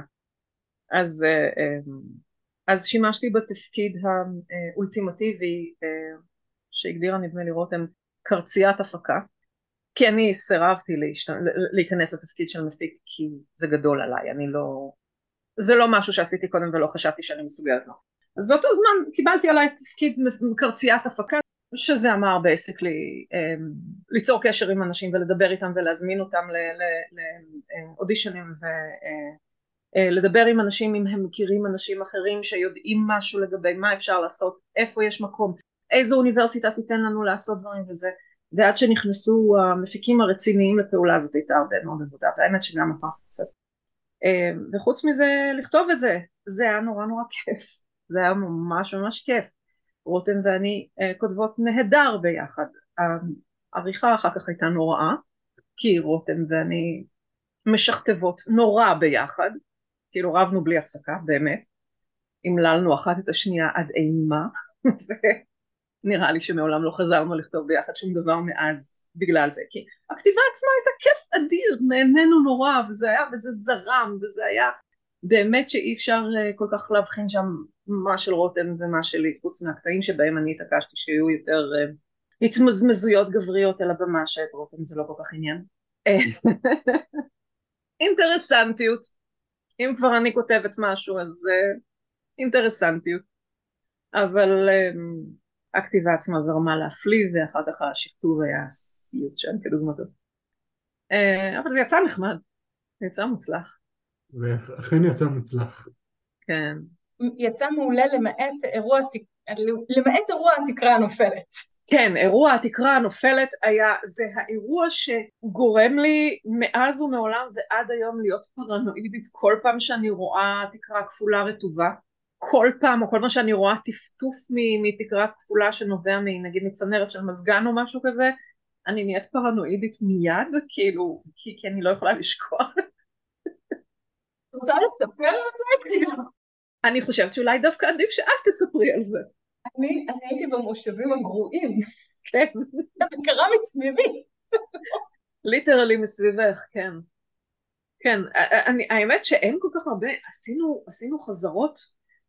אז שימשתי בתפקיד האולטימטיבי שהגדירה נדמה לי רותם קרציית הפקה, כי אני סירבתי להיכנס לתפקיד של מפיק כי זה גדול עליי, זה לא משהו שעשיתי קודם ולא חשבתי שאני מסוגלת לו. אז באותו זמן קיבלתי עליי תפקיד קרציית הפקה, שזה אמר basically ליצור קשר עם אנשים ולדבר איתם ולהזמין אותם לאודישנים לדבר עם אנשים אם הם מכירים אנשים אחרים שיודעים משהו לגבי מה אפשר לעשות, איפה יש מקום, איזו אוניברסיטה תיתן לנו לעשות דברים וזה, ועד שנכנסו המפיקים הרציניים לפעולה הזאת הייתה הרבה מאוד עבודה, והאמת שגם הפעם קצת. וחוץ מזה לכתוב את זה, זה היה נורא נורא כיף, זה היה ממש ממש כיף. רותם ואני כותבות נהדר ביחד, העריכה אחר כך הייתה נוראה, כי רותם ואני משכתבות נורא ביחד, כאילו רבנו בלי הפסקה, באמת, המללנו אחת את השנייה עד אימה, ונראה לי שמעולם לא חזרנו לכתוב ביחד שום דבר מאז בגלל זה, כי הכתיבה עצמה הייתה כיף אדיר, נהנינו נורא, וזה זרם, וזה היה באמת שאי אפשר כל כך להבחין שם מה של רותם ומה שלי, חוץ מהקטעים שבהם אני התעקשתי שיהיו יותר התמזמזויות גבריות על הבמה, שאת רותם זה לא כל כך עניין. אינטרסנטיות. אם כבר אני כותבת משהו, אז אינטרסנטיות. אבל הכתיבה עצמה זרמה להפליא, ואחר כך השכתוב היה סיוט שאין כדוגמתו. אבל זה יצא נחמד, זה יצא מוצלח. זה אכן יצא מוצלח. כן. יצא מעולה למעט אירוע התקרה הנופלת. כן, אירוע התקרה הנופלת זה האירוע שגורם לי מאז ומעולם ועד היום להיות פרנואידית כל פעם שאני רואה תקרה כפולה רטובה. כל פעם, או כל מה שאני רואה טפטוף מתקרה כפולה שנובע נגיד מצנרת של מזגן או משהו כזה, אני נהיית פרנואידית מיד, כאילו, כי אני לא יכולה לשכוח. רוצה לספר על זה? אני חושבת שאולי דווקא עדיף שאת תספרי על זה. אני הייתי במושבים הגרועים. כן. זה קרה מסביבי. ליטרלי מסביבך, כן. כן, האמת שאין כל כך הרבה, עשינו חזרות,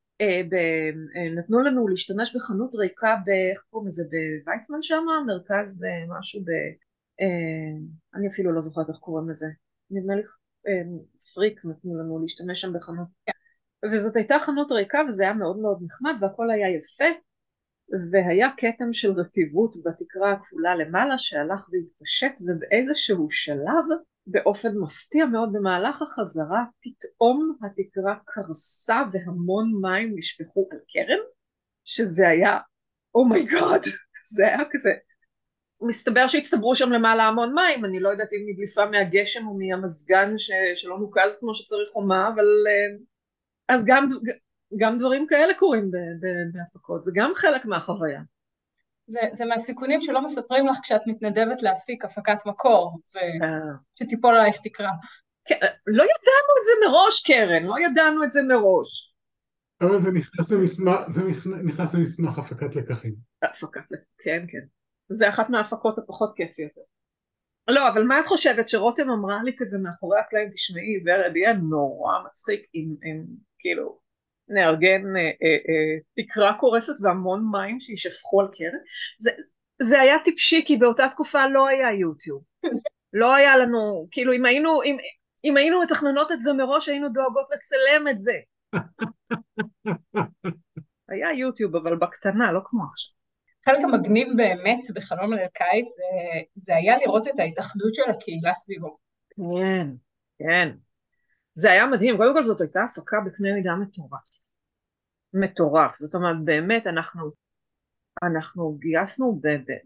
נתנו לנו להשתמש בחנות ריקה, איך קוראים לזה, בוויצמן שם, מרכז משהו אני אפילו לא זוכרת איך קוראים לזה, נדמה לי פריק נתנו לנו להשתמש שם בחנות, וזאת הייתה חנות ריקה וזה היה מאוד מאוד נחמד והכל היה יפה, והיה כתם של רטיבות בתקרה הכפולה למעלה שהלך והתפשט, ובאיזשהו שלב באופן מפתיע מאוד במהלך החזרה פתאום התקרה קרסה והמון מים נשפכו על קרן, שזה היה אומייגאד, זה היה כזה, מסתבר שהצטברו שם למעלה המון מים, אני לא יודעת אם נדליפה מהגשם או מהמזגן שלא נוקז כמו שצריך או מה, אבל אז גם דברים כאלה קורים בהפקות, זה גם חלק מהחוויה. זה מהסיכונים שלא מספרים לך כשאת מתנדבת להפיק הפקת מקור, שתיפול עלייך תקרה. לא ידענו את זה מראש, קרן, לא ידענו את זה מראש. אבל זה נכנס למסמך הפקת לקחים. כן, כן. זה אחת מההפקות הפחות כיפיות. לא, אבל מה את חושבת שרותם אמרה לי כזה מאחורי הקלעים, תשמעי, ורד יהיה נורא מצחיק עם כאילו, נארגן תקרה קורסת והמון מים שישפכו על קרן. זה היה טיפשי, כי באותה תקופה לא היה יוטיוב. לא היה לנו, כאילו אם היינו מתכננות את זה מראש, היינו דואגות לצלם את זה. היה יוטיוב, אבל בקטנה, לא כמו עכשיו. חלק המגניב באמת בחלום ליל קיץ, זה היה לראות את ההתאחדות של הקהילה סביבו. כן, כן. זה היה מדהים, קודם כל זאת הייתה הפקה בקנה מידה מטורף, זאת אומרת באמת אנחנו גייסנו,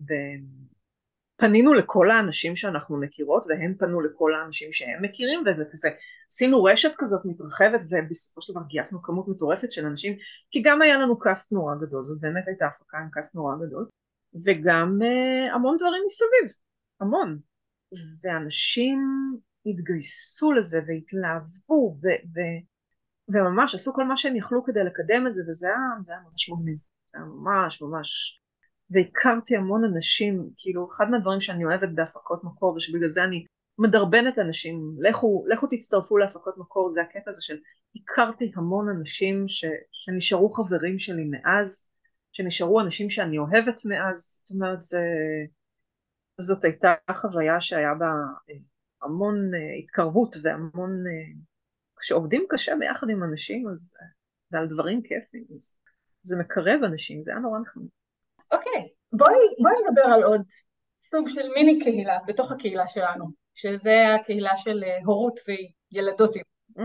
פנינו לכל האנשים שאנחנו מכירות, והם פנו לכל האנשים שהם מכירים, וכזה עשינו רשת כזאת מתרחבת, ובסופו של דבר גייסנו כמות מטורפת של אנשים, כי גם היה לנו קאסט נורא גדול, זאת באמת הייתה הפקה עם קאסט נורא גדול, וגם המון דברים מסביב, המון, ואנשים התגייסו לזה והתלהבו וממש עשו כל מה שהם יכלו כדי לקדם את זה, וזה היה ממש מגניב, זה היה ממש והכרתי המון אנשים, כאילו אחד מהדברים שאני אוהבת בהפקות מקור ושבגלל זה אני מדרבנת אנשים, לכו תצטרפו להפקות מקור, זה הקטע הזה של הכרתי המון אנשים שנשארו חברים שלי מאז, שנשארו אנשים שאני אוהבת מאז, זאת אומרת זאת הייתה חוויה שהיה בה המון התקרבות והמון, כשעובדים קשה ביחד עם אנשים, אז ועל דברים כיפים, אז זה מקרב אנשים, זה היה נורא נחמד. אוקיי, בואי נדבר על עוד סוג של מיני קהילה בתוך הקהילה שלנו, שזה הקהילה של הורות וילדות.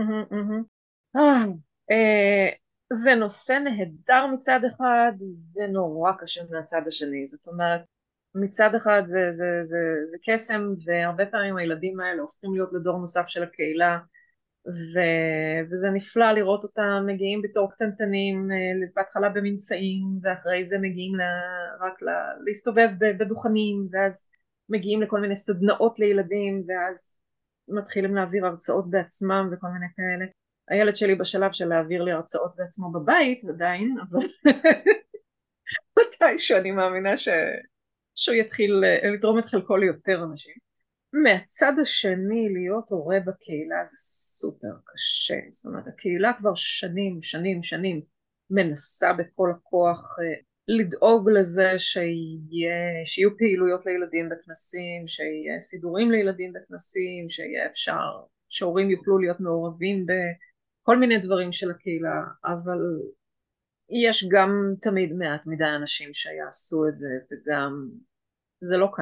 זה נושא נהדר מצד אחד ונורא קשה מהצד השני, זאת אומרת מצד אחד זה קסם, והרבה פעמים הילדים האלה הופכים להיות לדור נוסף של הקהילה, וזה נפלא לראות אותם מגיעים בתור קטנטנים, בהתחלה במנסאים, ואחרי זה מגיעים רק להסתובב בדוכנים, ואז מגיעים לכל מיני סדנאות לילדים, ואז מתחילים להעביר הרצאות בעצמם וכל מיני כאלה. הילד שלי בשלב של להעביר לי הרצאות בעצמו בבית עדיין, אבל מתישהו אני מאמינה שהוא יתחיל לתרום את חלקו ליותר אנשים. מהצד השני להיות הורה בקהילה זה סופר קשה, זאת אומרת הקהילה כבר שנים מנסה בכל הכוח לדאוג לזה שיהיו פעילויות לילדים בכנסים, שיהיה סידורים לילדים בכנסים, שיהיה אפשר, שהורים יוכלו להיות מעורבים בכל מיני דברים של הקהילה, אבל יש גם תמיד מעט מדי אנשים שיעשו את זה, וגם זה לא קל.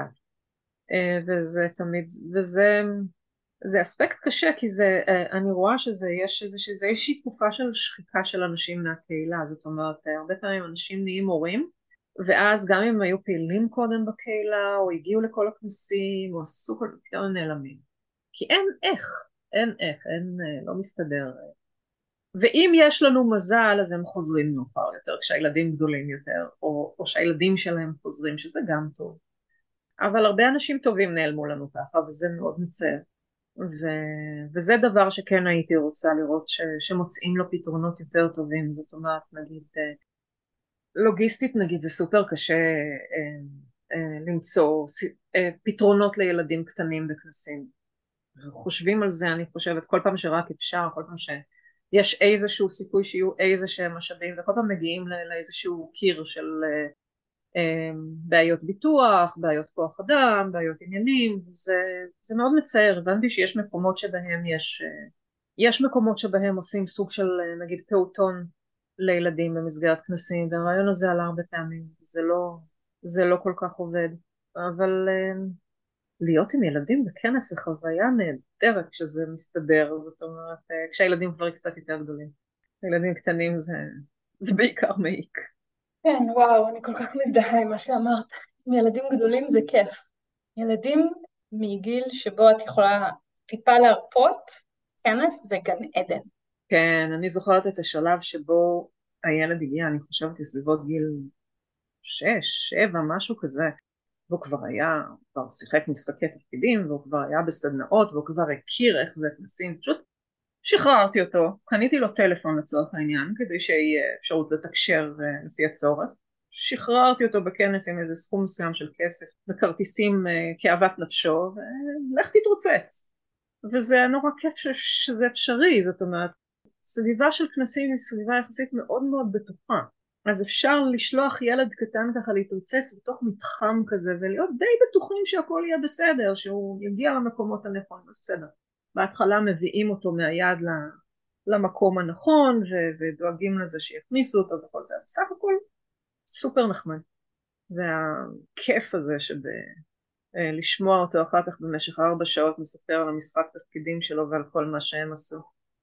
וזה אספקט קשה, כי אני רואה יש איזושהי תקופה של שחיקה של אנשים מהקהילה, זאת אומרת, הרבה פעמים אנשים נהיים הורים, ואז גם אם היו פעילים קודם בקהילה, או הגיעו לכל הכנסים, או עשו כל פתאום נעלמים. כי אין, לא מסתדר. ואם יש לנו מזל, אז הם חוזרים מאוחר יותר, כשהילדים גדולים יותר, או שהילדים שלהם חוזרים, שזה גם טוב. אבל הרבה אנשים טובים נעלמו לנו ככה, וזה מאוד מצער. וזה דבר שכן הייתי רוצה לראות שמוצאים לו פתרונות יותר טובים. זאת אומרת, נגיד, לוגיסטית נגיד זה סופר קשה למצוא פתרונות לילדים קטנים בכנסים. חושבים על זה, אני חושבת, כל פעם שרק אפשר, כל פעם שיש איזשהו סיכוי שיהיו איזשהם משאבים, וכל פעם מגיעים לאיזשהו קיר של בעיות ביטוח, בעיות כוח אדם, בעיות עניינים, זה מאוד מצער. הבנתי שיש מקומות שבהם יש מקומות שבהם עושים סוג של נגיד פעוטון לילדים במסגרת כנסים, והרעיון הזה עלה הרבה פעמים, זה לא כל כך עובד, אבל להיות עם ילדים בכנס זה חוויה נהדרת כשזה מסתדר, זאת אומרת, כשהילדים כבר קצת יותר גדולים. ילדים קטנים זה בעיקר מעיק. כן, וואו, אני כל כך מזדהה עם מה שאמרת. עם ילדים גדולים זה כיף. ילדים מגיל שבו את יכולה טיפה להרפות, כנס זה גן עדן. כן, אני זוכרת את השלב שבו הילד הגיע, אני חושבת לסביבות גיל 6, 7, משהו כזה, והוא כבר שיחק משחקי תפקידים, והוא כבר היה בסדנאות, והוא כבר הכיר איך זה כנסים, פשוט שחררתי אותו, קניתי לו טלפון לצורך העניין, כדי שיהיה אפשרות לתקשר לפי הצורך, שחררתי אותו בכנס עם איזה סכום מסוים של כסף, וכרטיסים כאוות נפשו, ולך תתרוצץ. וזה נורא כיף שזה אפשרי, זאת אומרת, סביבה של כנסים היא סביבה יחסית מאוד מאוד בטוחה, אז אפשר לשלוח ילד קטן ככה להתרוצץ בתוך מתחם כזה, ולהיות די בטוחים שהכל יהיה בסדר, שהוא יגיע למקומות הנכונים, אז בסדר. בהתחלה מביאים אותו מהיד למקום הנכון, ודואגים לזה שיכניסו אותו וכל זה, בסך הכל סופר נחמד. והכיף הזה לשמוע אותו אחר כך במשך 4 שעות מספר על המשחק תפקידים שלו ועל כל מה שהם עשו.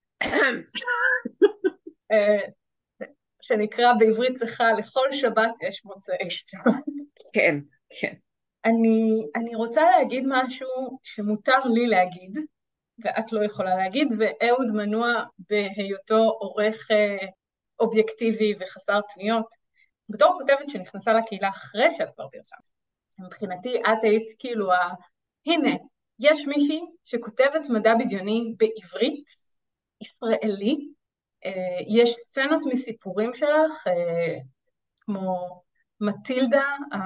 שנקרא בעברית צריכה לכל שבת יש מוצאי שבת. כן, כן. אני רוצה להגיד משהו שמותר לי להגיד, ואת לא יכולה להגיד, ואהוד מנוע בהיותו עורך אובייקטיבי וחסר פניות. בתור כותבת שנכנסה לקהילה אחרי שאת כבר פרסמת. מבחינתי את היית כאילו, הנה, יש מישהי שכותבת מדע בדיוני בעברית, ישראלי, יש סצנות מסיפורים שלך, כמו מטילדה,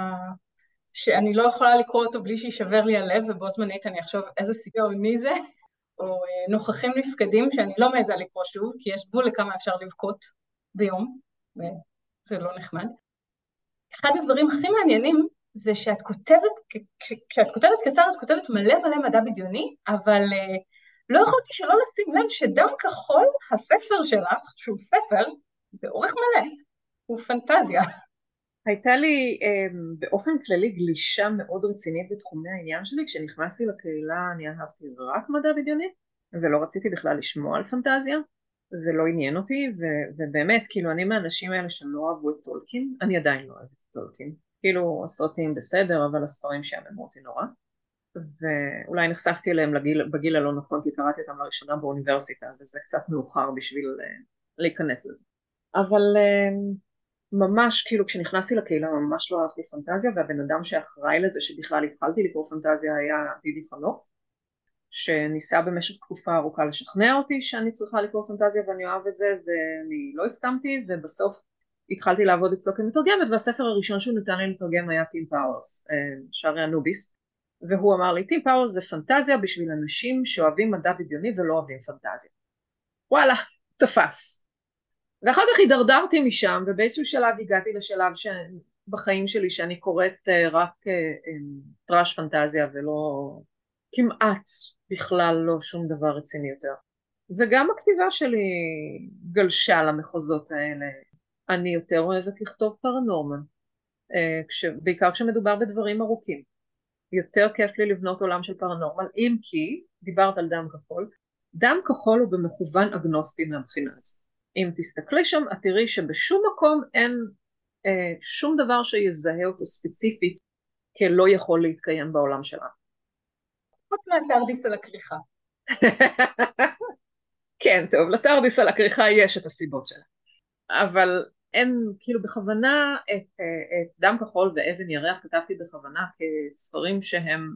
שאני לא יכולה לקרוא אותו בלי שישבר לי הלב, ובו זמנית אני אחשוב איזה סיפור מי זה, או נוכחים נפקדים שאני לא מעיזה לקרוא שוב, כי יש גבול לכמה אפשר לבכות ביום, וזה לא נחמד. אחד הדברים הכי מעניינים זה שאת כותבת, כשאת כותבת קצר, את כותבת מלא מדע בדיוני, אבל לא יכולתי שלא לשים לב שדם כחול, הספר שלך, שהוא ספר, באורך מלא, הוא פנטזיה. הייתה לי באופן כללי גלישה מאוד רצינית בתחומי העניין שלי. כשנכנסתי לקהילה אני אהבתי רק מדע בדיוני, ולא רציתי בכלל לשמוע על פנטזיה, זה לא עניין אותי, ובאמת, כאילו אני מהאנשים האלה שלא אהבו את טולקין, אני עדיין לא אוהבת את טולקין, כאילו הסרטים בסדר, אבל הספרים שעממו אותי נורא, ואולי נחשפתי אליהם בגיל הלא נכון, כי קראתי אותם לראשונה באוניברסיטה, וזה קצת מאוחר בשביל להיכנס לזה. אבל ממש, כאילו כשנכנסתי לקהילה ממש לא אהבתי פנטזיה, והבן אדם שאחראי לזה שבכלל התחלתי לקרוא פנטזיה היה דידי חנוך, שניסה במשך תקופה ארוכה לשכנע אותי שאני צריכה לקרוא פנטזיה ואני אוהב את זה, ואני לא הסכמתי, ובסוף התחלתי לעבוד אצלו כמתרגמת, והספר הראשון שהוא נתן לי לתרגם היה טים פאוורס, שערי אנוביס, והוא אמר לי, טים פאוורס זה פנטזיה בשביל אנשים שאוהבים מדע בדיוני ולא אוהבים פנטזיה. וואלה, תפס. ואחר כך הידרדרתי משם, ובאיזשהו שלב הגעתי לשלב בחיים שלי שאני קוראת רק טראש פנטזיה, ולא כמעט בכלל לא שום דבר רציני יותר. וגם הכתיבה שלי גלשה למחוזות האלה. אני יותר אוהבת לכתוב פרנורמל, בעיקר כשמדובר בדברים ארוכים. יותר כיף לי לבנות עולם של פרנורמל, אם כי, דיברת על דם כחול, דם כחול הוא במכוון אגנוסטי מהבחינה הזאת. אם תסתכלי שם, את תראי שבשום מקום אין שום דבר שיזהה אותו ספציפית, כלא יכול להתקיים בעולם שלנו. חוץ מהטרדיס על הכריכה. כן, טוב, לטרדיס על הכריכה יש את הסיבות שלה. אבל אין, כאילו בכוונה את דם כחול ואבן ירח כתבתי בכוונה כספרים שהם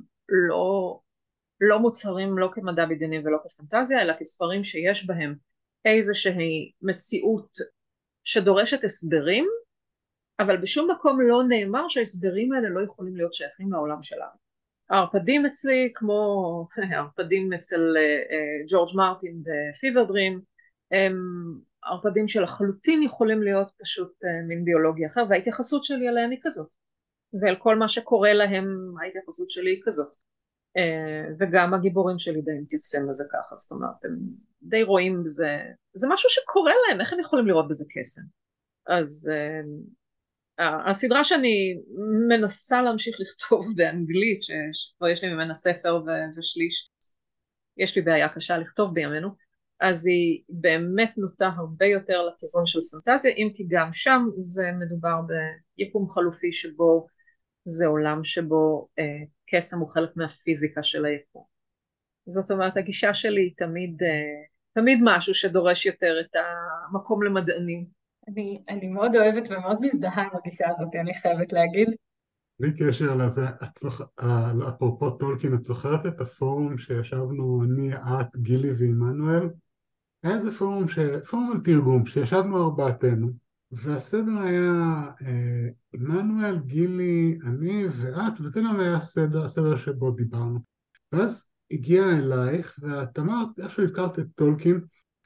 לא מוצהרים לא כמדע בדיוני ולא כפנטזיה, אלא כספרים שיש בהם איזושהי מציאות שדורשת הסברים, אבל בשום מקום לא נאמר שההסברים האלה לא יכולים להיות שייכים לעולם שלנו. הערפדים אצלי, כמו הערפדים אצל ג'ורג' מרטין בפיבר דרים, הם ערפדים שלחלוטין יכולים להיות פשוט מין ביולוגיה אחר, וההתייחסות שלי עליהם היא כזאת, ועל כל מה שקורה להם ההתייחסות שלי היא כזאת, וגם הגיבורים שלי די מתייחסים לזה ככה, זאת אומרת, הם די רואים בזה, זה משהו שקורה להם, איך הם יכולים לראות בזה קסם? אז הסדרה שאני מנסה להמשיך לכתוב באנגלית, שכבר יש לי ממנה ספר ושליש, יש לי בעיה קשה לכתוב בימינו, אז היא באמת נוטה הרבה יותר לכיוון של פנטזיה, אם כי גם שם זה מדובר ביקום חלופי שבו זה עולם שבו קסם הוא חלק מהפיזיקה של היקום. זאת אומרת, הגישה שלי היא תמיד משהו שדורש יותר את המקום למדענים. אני מאוד אוהבת ומאוד מזדהה עם הגישה הזאת, אני חייבת להגיד. בלי קשר לזה, אפרופו טולקין, את זוכרת את הפורום שישבנו, אני, את, גילי ועמנואל? היה איזה פורום על תרגום, שישבנו ארבעתנו, והסדר היה עמנואל, גילי, אני ואת, וזה גם היה הסדר שבו דיברנו. ואז הגיע אלייך, ואת אמרת, איכשהו הזכרת את טולקין,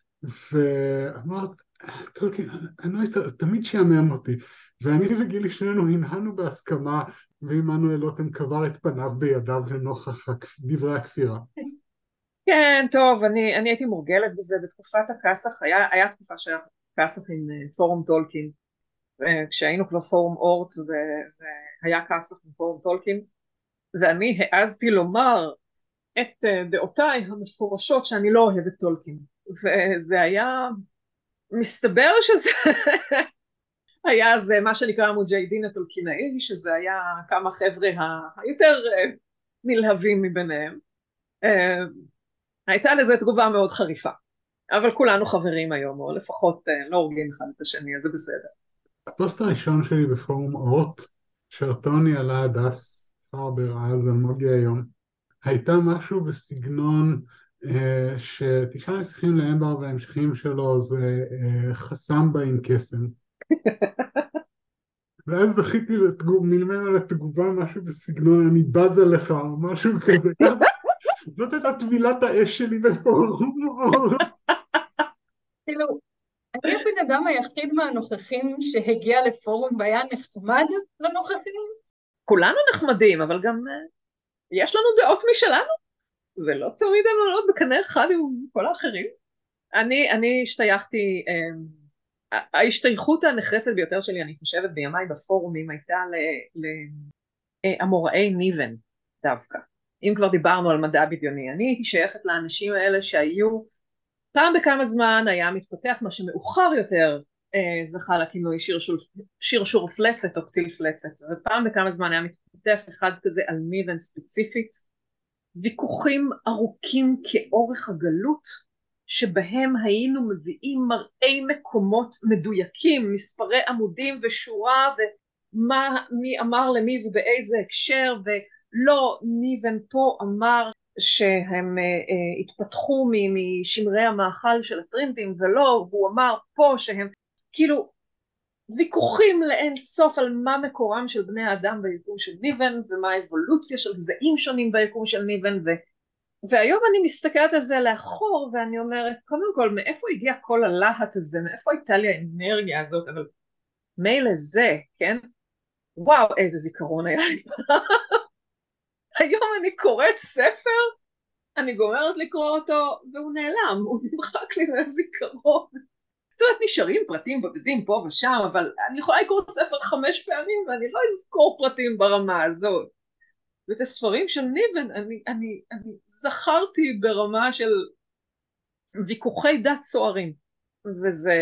ואמרת, טולקין, אני לא אסתכל, תמיד שיאמם אותי. ואני וגילי שנינו הנהנו בהסכמה, ועמנואל לוטם קבר את פניו בידיו לנוכח דברי הכפירה. כן, טוב, אני הייתי מורגלת בזה בתקופת הכסח, היה תקופה שהיה כסח עם פורום טולקין, כשהיינו כבר פורום אורט והיה כסח עם פורום טולקין, ואני העזתי לומר את דעותיי המפורשות שאני לא אוהבת טולקין, וזה היה, מסתבר שזה היה זה מה שנקרא מוג'הדין הטולקינאי, שזה היה כמה חבר'ה היותר נלהבים מביניהם. הייתה לזה תגובה מאוד חריפה, אבל כולנו חברים היום, או לפחות לא הורגים אחד את השני, אז זה בסדר. הפוסט הראשון שלי בפורום אורט, שרתוני עלה הדס, פרבר אז, אלמוגי היום, הייתה משהו בסגנון שתשעה נסיכים לאמבר וההמשכים שלו זה חסמבה עם קסם. ואז זכיתי ממנו לתגובה משהו בסגנון אני בז עליך או משהו כזה. זאת הייתה טבילת האש שלי בפורום אורט. כאילו, אני הבן אדם היחיד מהנוכחים שהגיע לפורום והיה נחמד לנוכחים. כולנו נחמדים, אבל גם יש לנו דעות משלנו, ולא תמיד הן עולות בקנה אחד עם כל האחרים. אני השתייכתי, ההשתייכות הנחרצת ביותר שלי, אני חושבת בימיי בפורומים, הייתה לאמוראי ניבן דווקא. אם כבר דיברנו על מדע בדיוני, אני הייתי שייכת לאנשים האלה שהיו, פעם בכמה זמן היה מתפתח מה שמאוחר יותר זכה לכינוי שרשור פלצת או פתיל פלצת, ופעם בכמה זמן היה מתפתח אחד כזה על ניבן ספציפית, ויכוחים ארוכים כאורך הגלות, שבהם היינו מביאים מראי מקומות מדויקים, מספרי עמודים ושורה, ומי אמר למי ובאיזה הקשר, ולא ניבן פה אמר שהם התפתחו משמרי המאכל של הטרינדים, ולא, הוא אמר פה שהם, כאילו, ויכוחים לאין סוף על מה מקורם של בני האדם ביקום של ניבן, ומה האבולוציה של גזעים שונים ביקום של ניבן, והיום אני מסתכלת על זה לאחור, ואני אומרת, קודם כל, מאיפה הגיע כל הלהט הזה, מאיפה הייתה לי האנרגיה הזאת, אבל מילא זה, כן? וואו, איזה זיכרון היה לי. היום אני קוראת ספר, אני גומרת לקרוא אותו, והוא נעלם, הוא נמחק לי מהזיכרון. זאת אומרת, נשארים פרטים בודדים פה ושם, אבל אני יכולה לקרוא ספר 5 פעמים, ואני לא אזכור פרטים ברמה הזאת. ואת הספרים של ניבן, אני זכרתי ברמה של ויכוחי דת סוערים, וזה,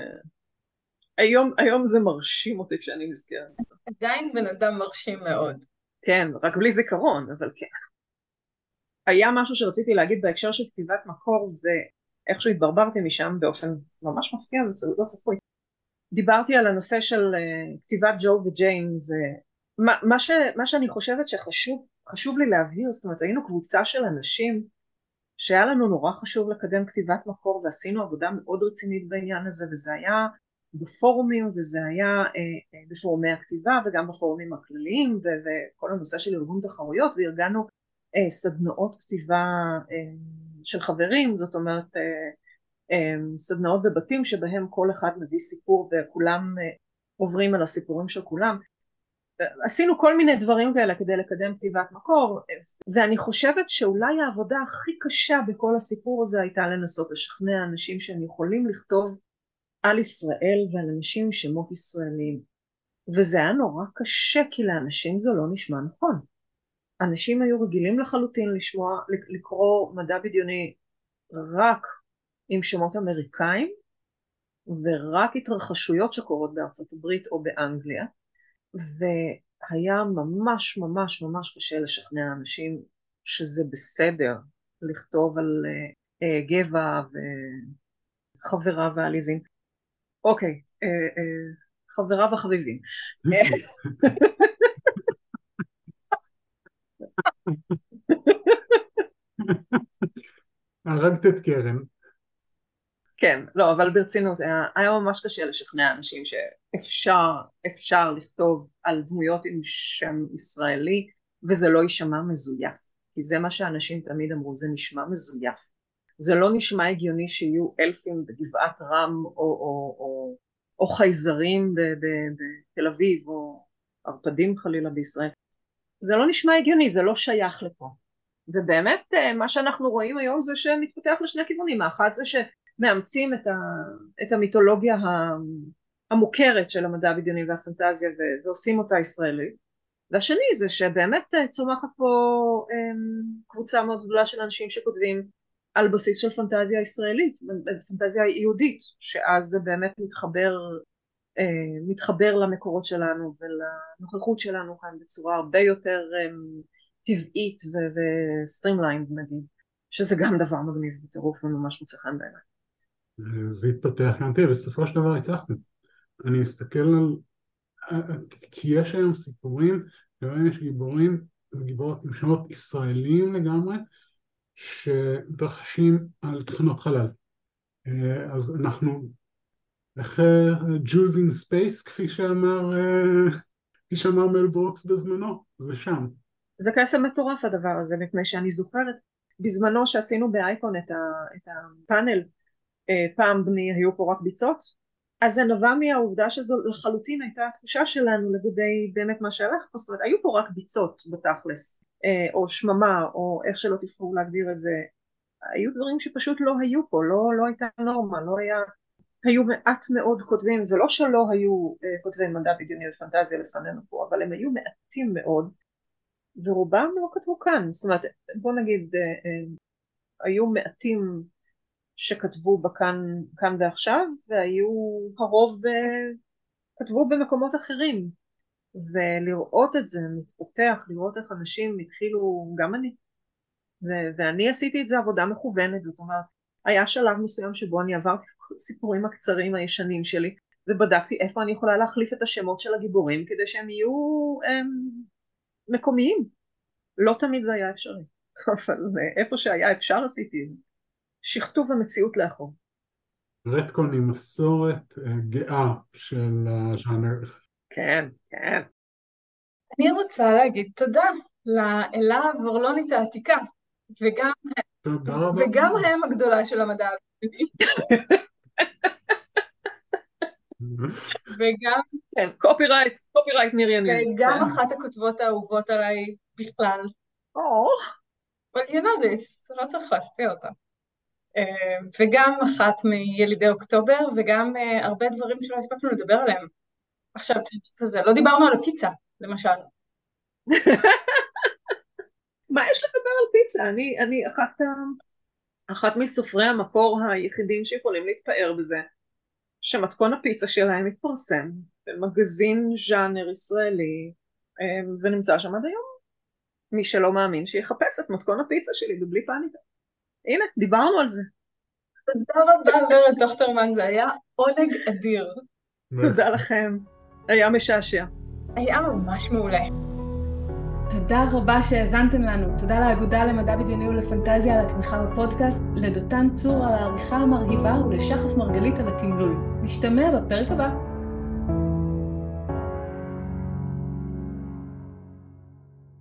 היום זה מרשים אותי כשאני נזכרת. עדיין בן אדם מרשים מאוד. כן, רק בלי זיכרון, אבל כן. היה משהו שרציתי להגיד בהקשר של כתיבת מקור, ואיכשהו התברברתי משם באופן ממש מפתיע ולא צפוי. דיברתי על הנושא של כתיבת ג'ו וג'יין, ומה שאני חושבת שחשוב לי להבהיר, זאת אומרת, היינו קבוצה של אנשים, שהיה לנו נורא חשוב לקדם כתיבת מקור, ועשינו עבודה מאוד רצינית בעניין הזה, וזה היה בפורומים, וזה היה בפורומי הכתיבה, וגם בפורומים הכלליים, וכל הנושא של ארגון תחרויות, וארגנו סדנאות כתיבה של חברים, זאת אומרת סדנאות בבתים שבהם כל אחד מביא סיפור וכולם עוברים על הסיפורים של כולם. עשינו כל מיני דברים כאלה כדי לקדם כתיבת מקור, ואני חושבת שאולי העבודה הכי קשה בכל הסיפור הזה הייתה לנסות לשכנע אנשים שהם יכולים לכתוב על ישראל ועל אנשים עם שמות ישראלים, וזה היה נורא קשה כי לאנשים זה לא נשמע נכון. אנשים היו רגילים לחלוטין לקרוא מדע בדיוני רק עם שמות אמריקאים, ורק התרחשויות שקורות בארצות הברית או באנגליה, והיה ממש ממש ממש קשה לשכנע אנשים שזה בסדר לכתוב על גבע וחברה ועליזים. אוקיי, חברה וחביבים. הרגת את קרן. כן, לא, אבל ברצינות, היה ממש קשה לשכנע אנשים שאפשר לכתוב על דמויות עם שם ישראלי, וזה לא יישמע מזויף, כי זה מה שאנשים תמיד אמרו, זה נשמע מזויף. זה לא נשמע הגיוני שיהיו אלפים בגבעת רם, או חייזרים בתל אביב, או ערפדים חלילה בישראל. זה לא נשמע הגיוני, זה לא שייך לפה. ובאמת מה שאנחנו רואים היום זה שמתפתח לשני כיוונים. האחד זה שמאמצים את המיתולוגיה המוכרת של המדע הבדיוני והפנטזיה ועושים אותה ישראלית. והשני זה שבאמת צומחת פה קבוצה מאוד גדולה של אנשים שכותבים על בסיס של פנטזיה ישראלית, פנטזיה יהודית, שאז זה באמת מתחבר למקורות שלנו ולנוכחות שלנו כאן בצורה הרבה יותר טבעית וסטרימליינד נגיד, שזה גם דבר מגניב בטירוף וממש מוצא חן בעיניי. זה התפתח גם תראה, בסופו של דבר הצלחתם. אני מסתכל על, כי יש היום סיפורים, שבהם יש גיבורים וגיבורות עם שמות ישראלים לגמרי, שמתרחשים על תחנות חלל. אז אנחנו, איך Jews in Space, כפי שאמר מל ברוקס בזמנו, זה שם. זה קסם מטורף הדבר הזה, מפני שאני זוכרת, בזמנו שעשינו באייקון את הפאנל, פעם בני היו פה רק ביצות, אז זה נבע מהעובדה שזו לחלוטין הייתה התחושה שלנו לגבי באמת מה שהלך פה, זאת אומרת, היו פה רק ביצות בתכלס, או שממה, או איך שלא תבחרו להגדיר את זה, היו דברים שפשוט לא היו פה, לא הייתה נורמה, היו מעט מאוד כותבים, זה לא שלא היו כותבי מדע בדיוני ופנטזיה לפנינו פה, אבל הם היו מעטים מאוד, ורובם לא כתבו כאן, זאת אומרת, בוא נגיד, היו מעטים שכתבו כאן ועכשיו, והיו הרוב כתבו במקומות אחרים, ולראות את זה מתפתח, לראות איך אנשים התחילו, גם אני, ואני עשיתי את זה עבודה מכוונת, זאת אומרת, היה שלב מסוים שבו אני עברתי סיפורים הקצרים הישנים שלי, ובדקתי איפה אני יכולה להחליף את השמות של הגיבורים, כדי שהם יהיו מקומיים. לא תמיד זה היה אפשרי, אבל איפה שהיה אפשר עשיתי שכתוב המציאות לאחור. רטקון היא מסורת גאה של הז'אנר. כן, כן. אני רוצה להגיד תודה לאלה הוורלונית העתיקה, וגם הם הגדולה של המדע הבדיוני. וגם... כן, קופירייט ניר יניב. וגם אחת הכותבות האהובות עליי בכלל. But you know this, לא צריך להפתיע אותה. וגם אחת מילידי אוקטובר, וגם הרבה דברים שלא הספקנו לדבר עליהם. עכשיו, לא דיברנו על הפיצה, למשל. מה יש לדבר על פיצה? אני אחת מסופרי המקור היחידים שיכולים להתפאר בזה, שמתכון הפיצה שלהם מתפרסם במגזין ז'אנר ישראלי, ונמצא שם עד היום. מי שלא מאמין שיחפש את מתכון הפיצה שלי בבלי פאניקה. הנה, דיברנו על זה. תודה רבה ורד דוכטרמן, זה היה עונג אדיר. תודה לכם, היה משעשע. היה ממש מעולה. תודה רבה שהאזנתם לנו, תודה לאגודה למדע בדיוני ולפנטזיה על התמיכה בפודקאסט, לדותן צור על העריכה המרהיבה ולשחף מרגלית על התמלול. נשתמע בפרק הבא.